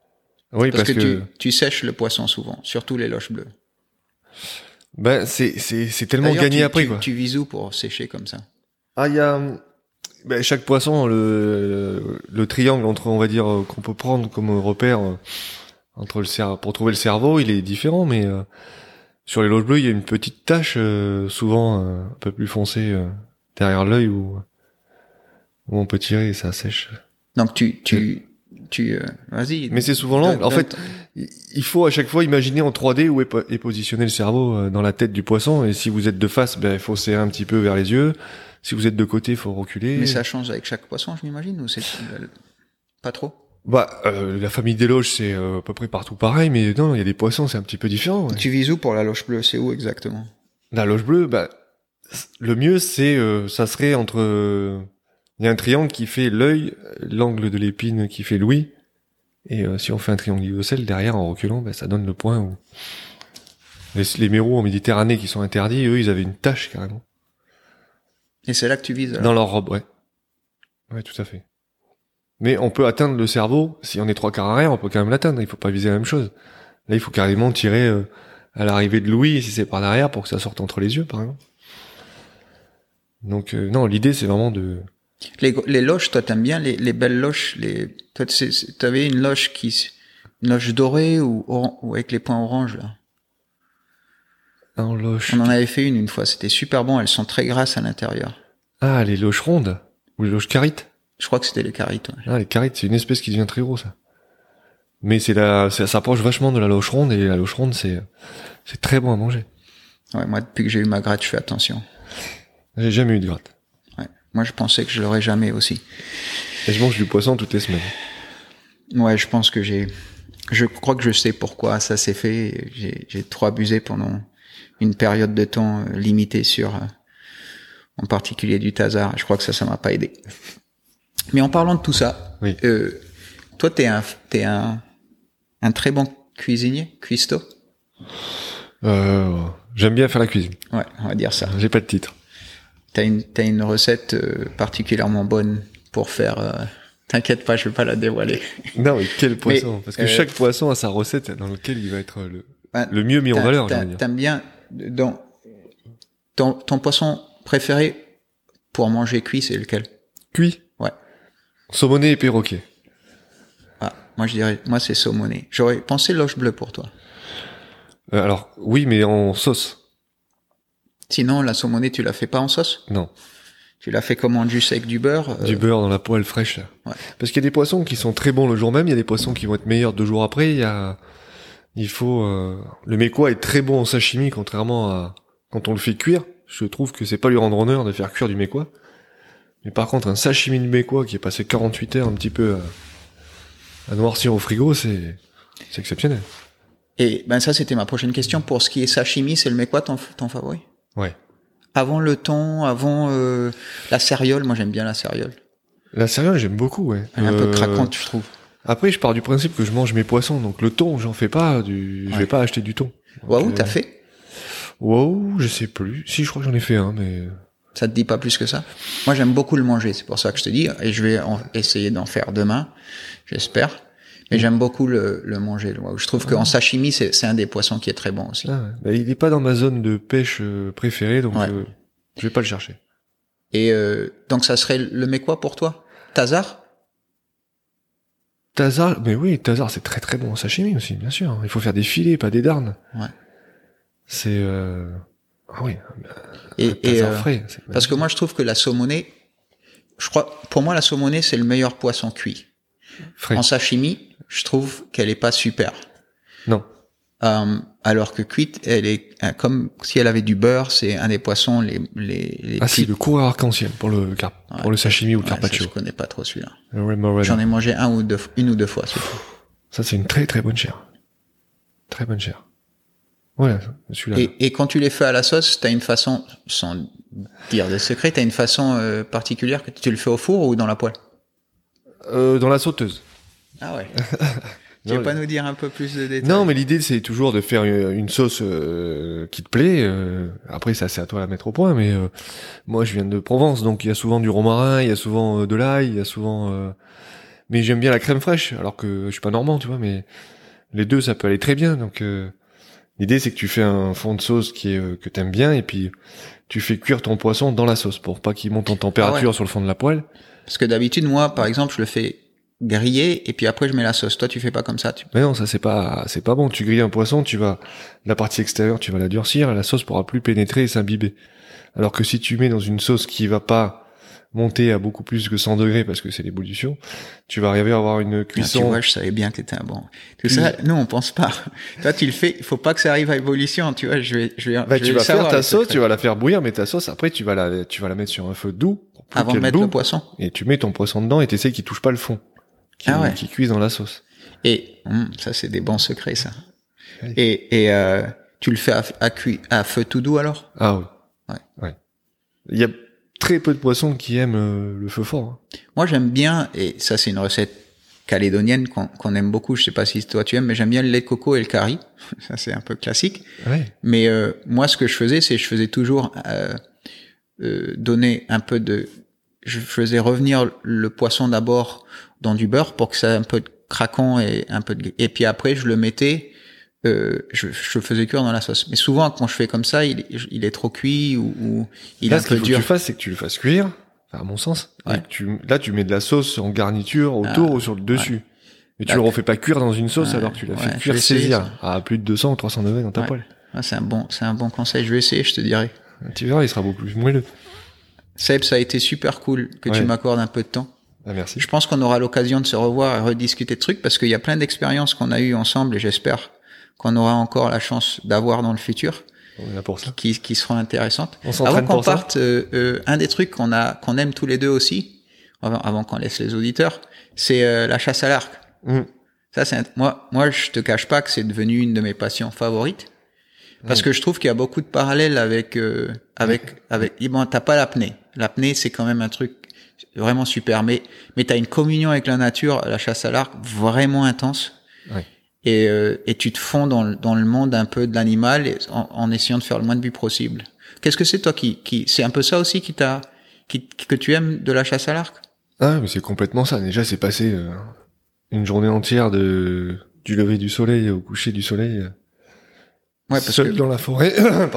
S2: Oui,
S1: Parce que tu sèches le poisson souvent, surtout les loches bleues.
S2: Ben, c'est tellement
S1: D'ailleurs,
S2: gagné après, quoi.
S1: Tu vises où pour sécher comme ça?
S2: Ah, il y a, ben, chaque poisson, le triangle entre, on va dire, qu'on peut prendre comme repère, entre le cerveau, pour trouver le cerveau, il est différent, mais, sur les loches bleues, il y a une petite tache, souvent, un peu plus foncée, derrière l'œil où on peut tirer et ça sèche.
S1: Donc vas-y.
S2: Mais c'est souvent long. En fait, il faut à chaque fois imaginer en 3D où est positionné le cerveau dans la tête du poisson. Et si vous êtes de face, ben, il faut serrer un petit peu vers les yeux. Si vous êtes de côté, il faut reculer.
S1: Mais ça change avec chaque poisson, je m'imagine, ou c'est pas trop?
S2: Bah, la famille des loches, c'est à peu près partout pareil, mais non, il y a des poissons, c'est un petit peu différent. Ouais.
S1: Tu vises où pour la loche bleue? C'est où exactement?
S2: La loche bleue, bah, le mieux, c'est, ça serait entre, il y a un triangle qui fait l'œil, l'angle de l'épine qui fait l'ouïe, et si on fait un triangle isocèle derrière en reculant, bah, ça donne le point où les mérous en Méditerranée qui sont interdits, eux, ils avaient une tache carrément.
S1: Et c'est là que tu vises alors?
S2: Dans leur robe, ouais. Ouais, tout à fait. Mais on peut atteindre le cerveau, si on est 3/4 arrière, on peut quand même l'atteindre, il faut pas viser la même chose. Là, il faut carrément tirer à l'arrivée de l'ouïe, si c'est par derrière, pour que ça sorte entre les yeux, par exemple. Donc, non, l'idée, c'est vraiment de...
S1: Les loches, toi, t'aimes bien les belles loches, toi, t'avais une loche une loche dorée ou avec les points orange, là?
S2: En loche.
S1: On en avait fait une fois, c'était super bon, elles sont très grasses à l'intérieur.
S2: Ah, les loches rondes. Ou les loches carites.
S1: Je crois que c'était les carites, ouais.
S2: Ah, les carites, c'est une espèce qui devient très gros, ça. Mais ça s'approche vachement de la loche ronde, et la loche ronde, c'est très bon à manger.
S1: Ouais, moi, depuis que j'ai eu ma gratte, je fais attention.
S2: J'ai jamais eu de gratte.
S1: Ouais. Moi, je pensais que je l'aurais jamais aussi.
S2: Et je mange du poisson toutes les semaines.
S1: Ouais, je pense que je crois que je sais pourquoi ça s'est fait. J'ai trop abusé pendant une période de temps limitée sur, en particulier du Tazar. Je crois que ça m'a pas aidé. Mais en parlant de tout ça,
S2: oui.
S1: Toi, t'es un très bon cuisinier, cuistot.
S2: J'aime bien faire la cuisine.
S1: Ouais, on va dire ça.
S2: J'ai pas de titre.
S1: T'as une recette particulièrement bonne pour faire. T'inquiète pas, je vais pas la dévoiler.
S2: Non, mais quel poisson? Parce que chaque poisson a sa recette dans laquelle il va être le mieux mis en valeur.
S1: T'aimes bien ton poisson préféré pour manger cuit, c'est lequel?
S2: Cuit?
S1: Ouais.
S2: Saumoné et perroquet.
S1: Ah, moi c'est saumoné. J'aurais pensé loche bleue pour toi.
S2: Alors, oui, mais en sauce.
S1: Sinon, la saumonée, tu la fais pas en sauce?
S2: Non.
S1: Tu l'as fait comment, juste avec du beurre?
S2: Du beurre dans la poêle fraîche, là.
S1: Ouais.
S2: Parce qu'il y a des poissons qui sont très bons le jour même, il y a des poissons qui vont être meilleurs 2 jours après, le mekwa est très bon en sashimi, contrairement à quand on le fait cuire. Je trouve que c'est pas lui rendre honneur de faire cuire du mekwa. Mais par contre, un sashimi de mekwa qui est passé 48 heures un petit peu à noircir au frigo, c'est exceptionnel.
S1: Et ben ça, c'était ma prochaine question. Pour ce qui est sashimi, c'est le mekwa ton favori?
S2: Ouais.
S1: Avant le thon, avant la céréole, moi j'aime bien la céréole.
S2: La céréole, j'aime beaucoup, ouais.
S1: Elle est un peu craquante, je trouve.
S2: Après, je pars du principe que je mange mes poissons, donc le thon, j'en fais pas je vais pas acheter du thon.
S1: Waouh, t'as fait?
S2: Waouh, je sais plus. Si, je crois que j'en ai fait un, mais...
S1: Ça te dit pas plus que ça? Moi, j'aime beaucoup le manger, c'est pour ça que je te dis, et je vais essayer d'en faire demain, j'espère. Mais j'aime beaucoup le manger. Je trouve qu'en sashimi, c'est un des poissons qui est très bon aussi.
S2: Ah ouais. Bah, il est pas dans ma zone de pêche préférée, donc je vais pas le chercher.
S1: Et donc ça serait le mekwa pour toi? Tazar?
S2: Tazar, mais oui, Tazar, c'est très très bon en sashimi aussi, bien sûr. Il faut faire des filets, pas des darnes.
S1: Ouais.
S2: C'est ah oui.
S1: Tazar
S2: frais.
S1: Parce que moi, je trouve que la saumonée, pour moi, la saumonée, c'est le meilleur poisson cuit. Frais. En sashimi, je trouve qu'elle est pas super.
S2: Non.
S1: Alors que cuite, elle est comme si elle avait du beurre. C'est un des poissons les
S2: si, le coureur arc-en-ciel pour le pour le sashimi ou le carpaccio.
S1: Ça, je connais pas trop celui-là.
S2: J'en
S1: ai mangé une ou deux fois.
S2: Ça, c'est une très très bonne chair. Très bonne chair. Voilà, celui-là.
S1: Et quand tu les fais à la sauce, t'as une façon, sans dire des secrets, t'as une façon particulière que tu le fais au four ou dans la poêle?
S2: Dans la sauteuse.
S1: Ah ouais. Tu veux pas nous dire un peu plus de détails?
S2: Non, mais l'idée, c'est toujours de faire une sauce qui te plaît. Après, ça, c'est à toi de la mettre au point. Mais moi, je viens de Provence, donc il y a souvent du romarin, il y a souvent de l'ail, il y a souvent... Mais j'aime bien la crème fraîche, alors que je suis pas normand, tu vois. Mais les deux, ça peut aller très bien. Donc, l'idée, c'est que tu fais un fond de sauce que t'aimes bien, et puis tu fais cuire ton poisson dans la sauce pour pas qu'il monte en température sur le fond de la poêle.
S1: Parce que d'habitude, moi, par exemple, je le fais griller et puis après je mets la sauce. Toi, tu fais pas comme ça.
S2: Mais non, ça c'est pas bon. Tu grilles un poisson, la partie extérieure, tu vas la durcir, et la sauce pourra plus pénétrer et s'imbiber. Alors que si tu mets dans une sauce qui va pas monter à beaucoup plus que 100 degrés parce que c'est l'ébullition, tu vas arriver à avoir une cuisson.
S1: Tu vois, je savais bien que t'étais un bon. Tout ça, nous on pense pas. Toi, tu le fais. Il faut pas que ça arrive à ébullition. Tu vois, je vais
S2: tu vas faire ta sauce, tu vas la faire bouillir, mais ta sauce après tu vas la mettre sur un feu doux
S1: avant de mettre le poisson.
S2: Et tu mets ton poisson dedans et t'essaies qu'il touche pas le fond, qui cuise dans la sauce.
S1: Et ça, c'est des bons secrets, ça. Oui. Et tu le fais à feu tout doux alors?
S2: Ah oui. Ouais. Il y a très peu de poissons qui aiment le feu fort. Hein.
S1: Moi, j'aime bien, et ça, c'est une recette calédonienne qu'on aime beaucoup. Je sais pas si toi tu aimes, mais j'aime bien le lait de coco et le curry. Ça, c'est un peu classique.
S2: Ouais.
S1: Mais moi, ce que je faisais toujours donner un peu je faisais revenir le poisson d'abord dans du beurre pour que ça ait un peu de craquant et puis après je le mettais, je faisais cuire dans la sauce. Mais souvent quand je fais comme ça, il est trop cuit ou il est un peu dur.
S2: Ce qu'il faut que tu fasses, c'est que tu le fasses cuire, à mon sens.
S1: Ouais.
S2: Tu mets de la sauce en garniture autour ou sur le dessus. Ouais. Et tu le refais pas cuire dans une sauce alors que tu l'as fait cuire saisir à plus de 200 ou 300 degrés dans ta poêle.
S1: Ouais, c'est un bon conseil. Je vais essayer, je te dirai.
S2: Tu verras, il sera beaucoup plus moelleux.
S1: Seb, ça a été super cool que tu m'accordes un peu de temps.
S2: Ah, merci.
S1: Je pense qu'on aura l'occasion de se revoir et rediscuter de trucs parce qu'il y a plein d'expériences qu'on a eues ensemble et j'espère qu'on aura encore la chance d'avoir dans le futur.
S2: On est là pour ça.
S1: Qui seront intéressantes.
S2: Avant
S1: qu'on parte, un des trucs qu'on aime tous les deux aussi, avant qu'on laisse les auditeurs, c'est la chasse à l'arc. Ça, moi, je te cache pas que c'est devenu une de mes passions favorites. Parce que je trouve qu'il y a beaucoup de parallèles avec bon, t'as pas l'apnée. L'apnée, c'est quand même un truc vraiment super, mais t'as une communion avec la nature, la chasse à l'arc, vraiment intense.
S2: Ouais.
S1: Et tu te fonds dans le monde un peu de l'animal en essayant de faire le moins de bruit possible. Qu'est-ce que c'est toi qui c'est un peu ça aussi que tu aimes de la chasse à l'arc?
S2: Ah, mais c'est complètement ça. Déjà, c'est passé une journée entière du lever du soleil au coucher du soleil. Seul dans la forêt,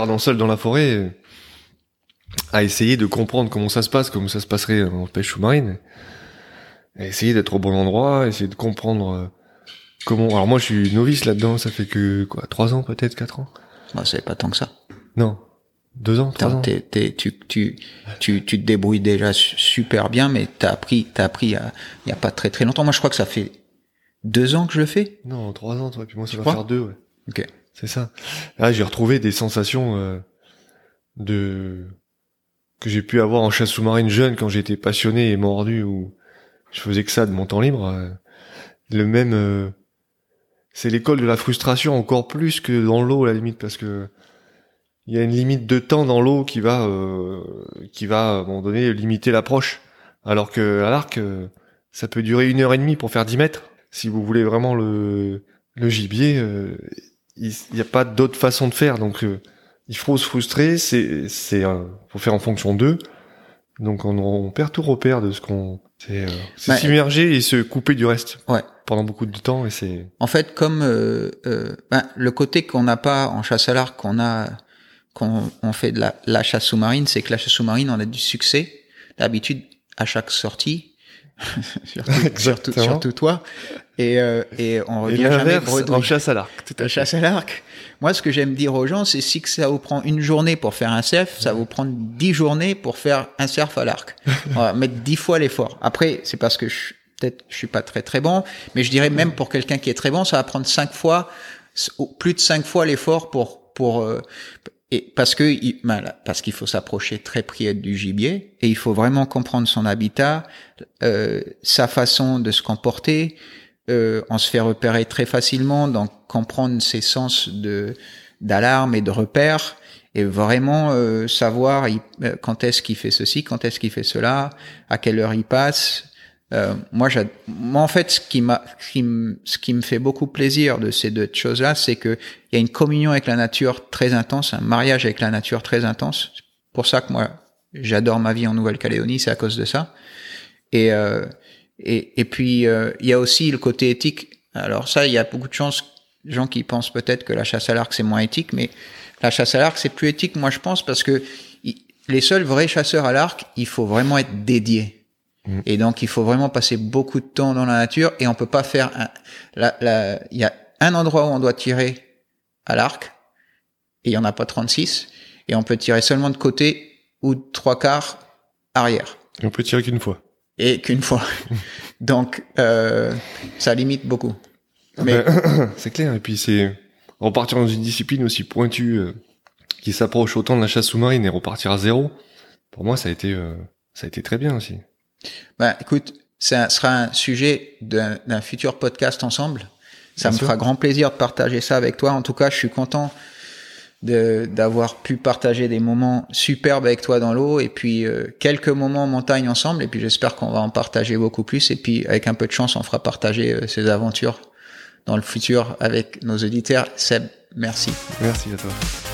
S2: à essayer de comprendre comment ça se passe, comme ça se passerait en pêche sous-marine, et essayer d'être au bon endroit, essayer de comprendre comment. Alors moi, je suis novice là-dedans, ça fait que 3 ans peut-être, 4 ans.
S1: Bah, c'est pas tant que ça.
S2: Non, 2 ans, 3 ans.
S1: Tu te débrouilles déjà super bien, mais t'as appris il y a pas très très longtemps. Moi, je crois que ça fait 2 ans que je le fais.
S2: Non, 3 ans, toi, puis moi ça va faire 2, ouais.
S1: Ok.
S2: C'est ça. Là, j'ai retrouvé des sensations que j'ai pu avoir en chasse sous-marine jeune quand j'étais passionné et mordu, où je faisais que ça de mon temps libre. C'est l'école de la frustration encore plus que dans l'eau à la limite, parce que il y a une limite de temps dans l'eau qui va à un moment donné limiter l'approche, alors que à l'arc ça peut durer 1h30 pour faire 10 mètres. Si vous voulez vraiment le gibier, il n'y a pas d'autre façon de faire, donc il faut se frustrer, faut faire en fonction d'eux, donc on perd tout repère de ce qu'on c'est s'immerger et se couper du reste pendant beaucoup de temps, et c'est
S1: en fait comme le côté qu'on n'a pas en chasse à l'arc qu'on fait de la chasse sous-marine, c'est que la chasse sous-marine on a du succès d'habitude à chaque sortie. surtout toi, et on revient jamais bredouille.
S2: En chasse à l'arc.
S1: La chasse à l'arc. Moi, ce que j'aime dire aux gens, c'est si que ça vous prend une journée pour faire un cerf, ça vous prend 10 journées pour faire un cerf à l'arc. On va mettre 10 fois l'effort. Après, c'est parce que peut-être je suis pas très très bon, mais je dirais même pour quelqu'un qui est très bon, ça va prendre plus de 5 fois l'effort parce qu'il faut s'approcher très près du gibier et il faut vraiment comprendre son habitat, sa façon de se comporter. On se fait repérer très facilement, donc comprendre ses sens d'alarme et de repère et vraiment savoir quand est-ce qu'il fait ceci, quand est-ce qu'il fait cela, à quelle heure il passe. Moi en fait ce qui me fait beaucoup plaisir de ces deux choses-là, c'est que il y a une communion avec la nature très intense, un mariage avec la nature très intense. C'est pour ça que moi j'adore ma vie en Nouvelle-Calédonie, c'est à cause de ça. Et puis il y a aussi le côté éthique. Alors ça, il y a beaucoup de chances gens qui pensent peut-être que la chasse à l'arc c'est moins éthique, mais la chasse à l'arc c'est plus éthique, moi je pense, parce que les seuls vrais chasseurs à l'arc, il faut vraiment être dédié. Et donc il faut vraiment passer beaucoup de temps dans la nature, et on peut pas faire il y a un endroit où on doit tirer à l'arc, et il y en a pas 36, et on peut tirer seulement de côté ou de 3/4 arrière.
S2: Et on peut tirer qu'une fois.
S1: Et qu'une fois. Donc, ça limite beaucoup. Mais
S2: c'est clair. Et puis c'est repartir dans une discipline aussi pointue qui s'approche autant de la chasse sous-marine et repartir à zéro. Pour moi, ça a été très bien aussi.
S1: Ben, écoute, ça sera un sujet d'un futur podcast ensemble. Ça me fera grand plaisir de partager ça avec toi. En tout cas, je suis content d'avoir pu partager des moments superbes avec toi dans l'eau, et puis quelques moments en montagne ensemble, et puis j'espère qu'on va en partager beaucoup plus, et puis avec un peu de chance on fera partager ces aventures dans le futur avec nos auditeurs. Seb, merci.
S2: Merci à toi.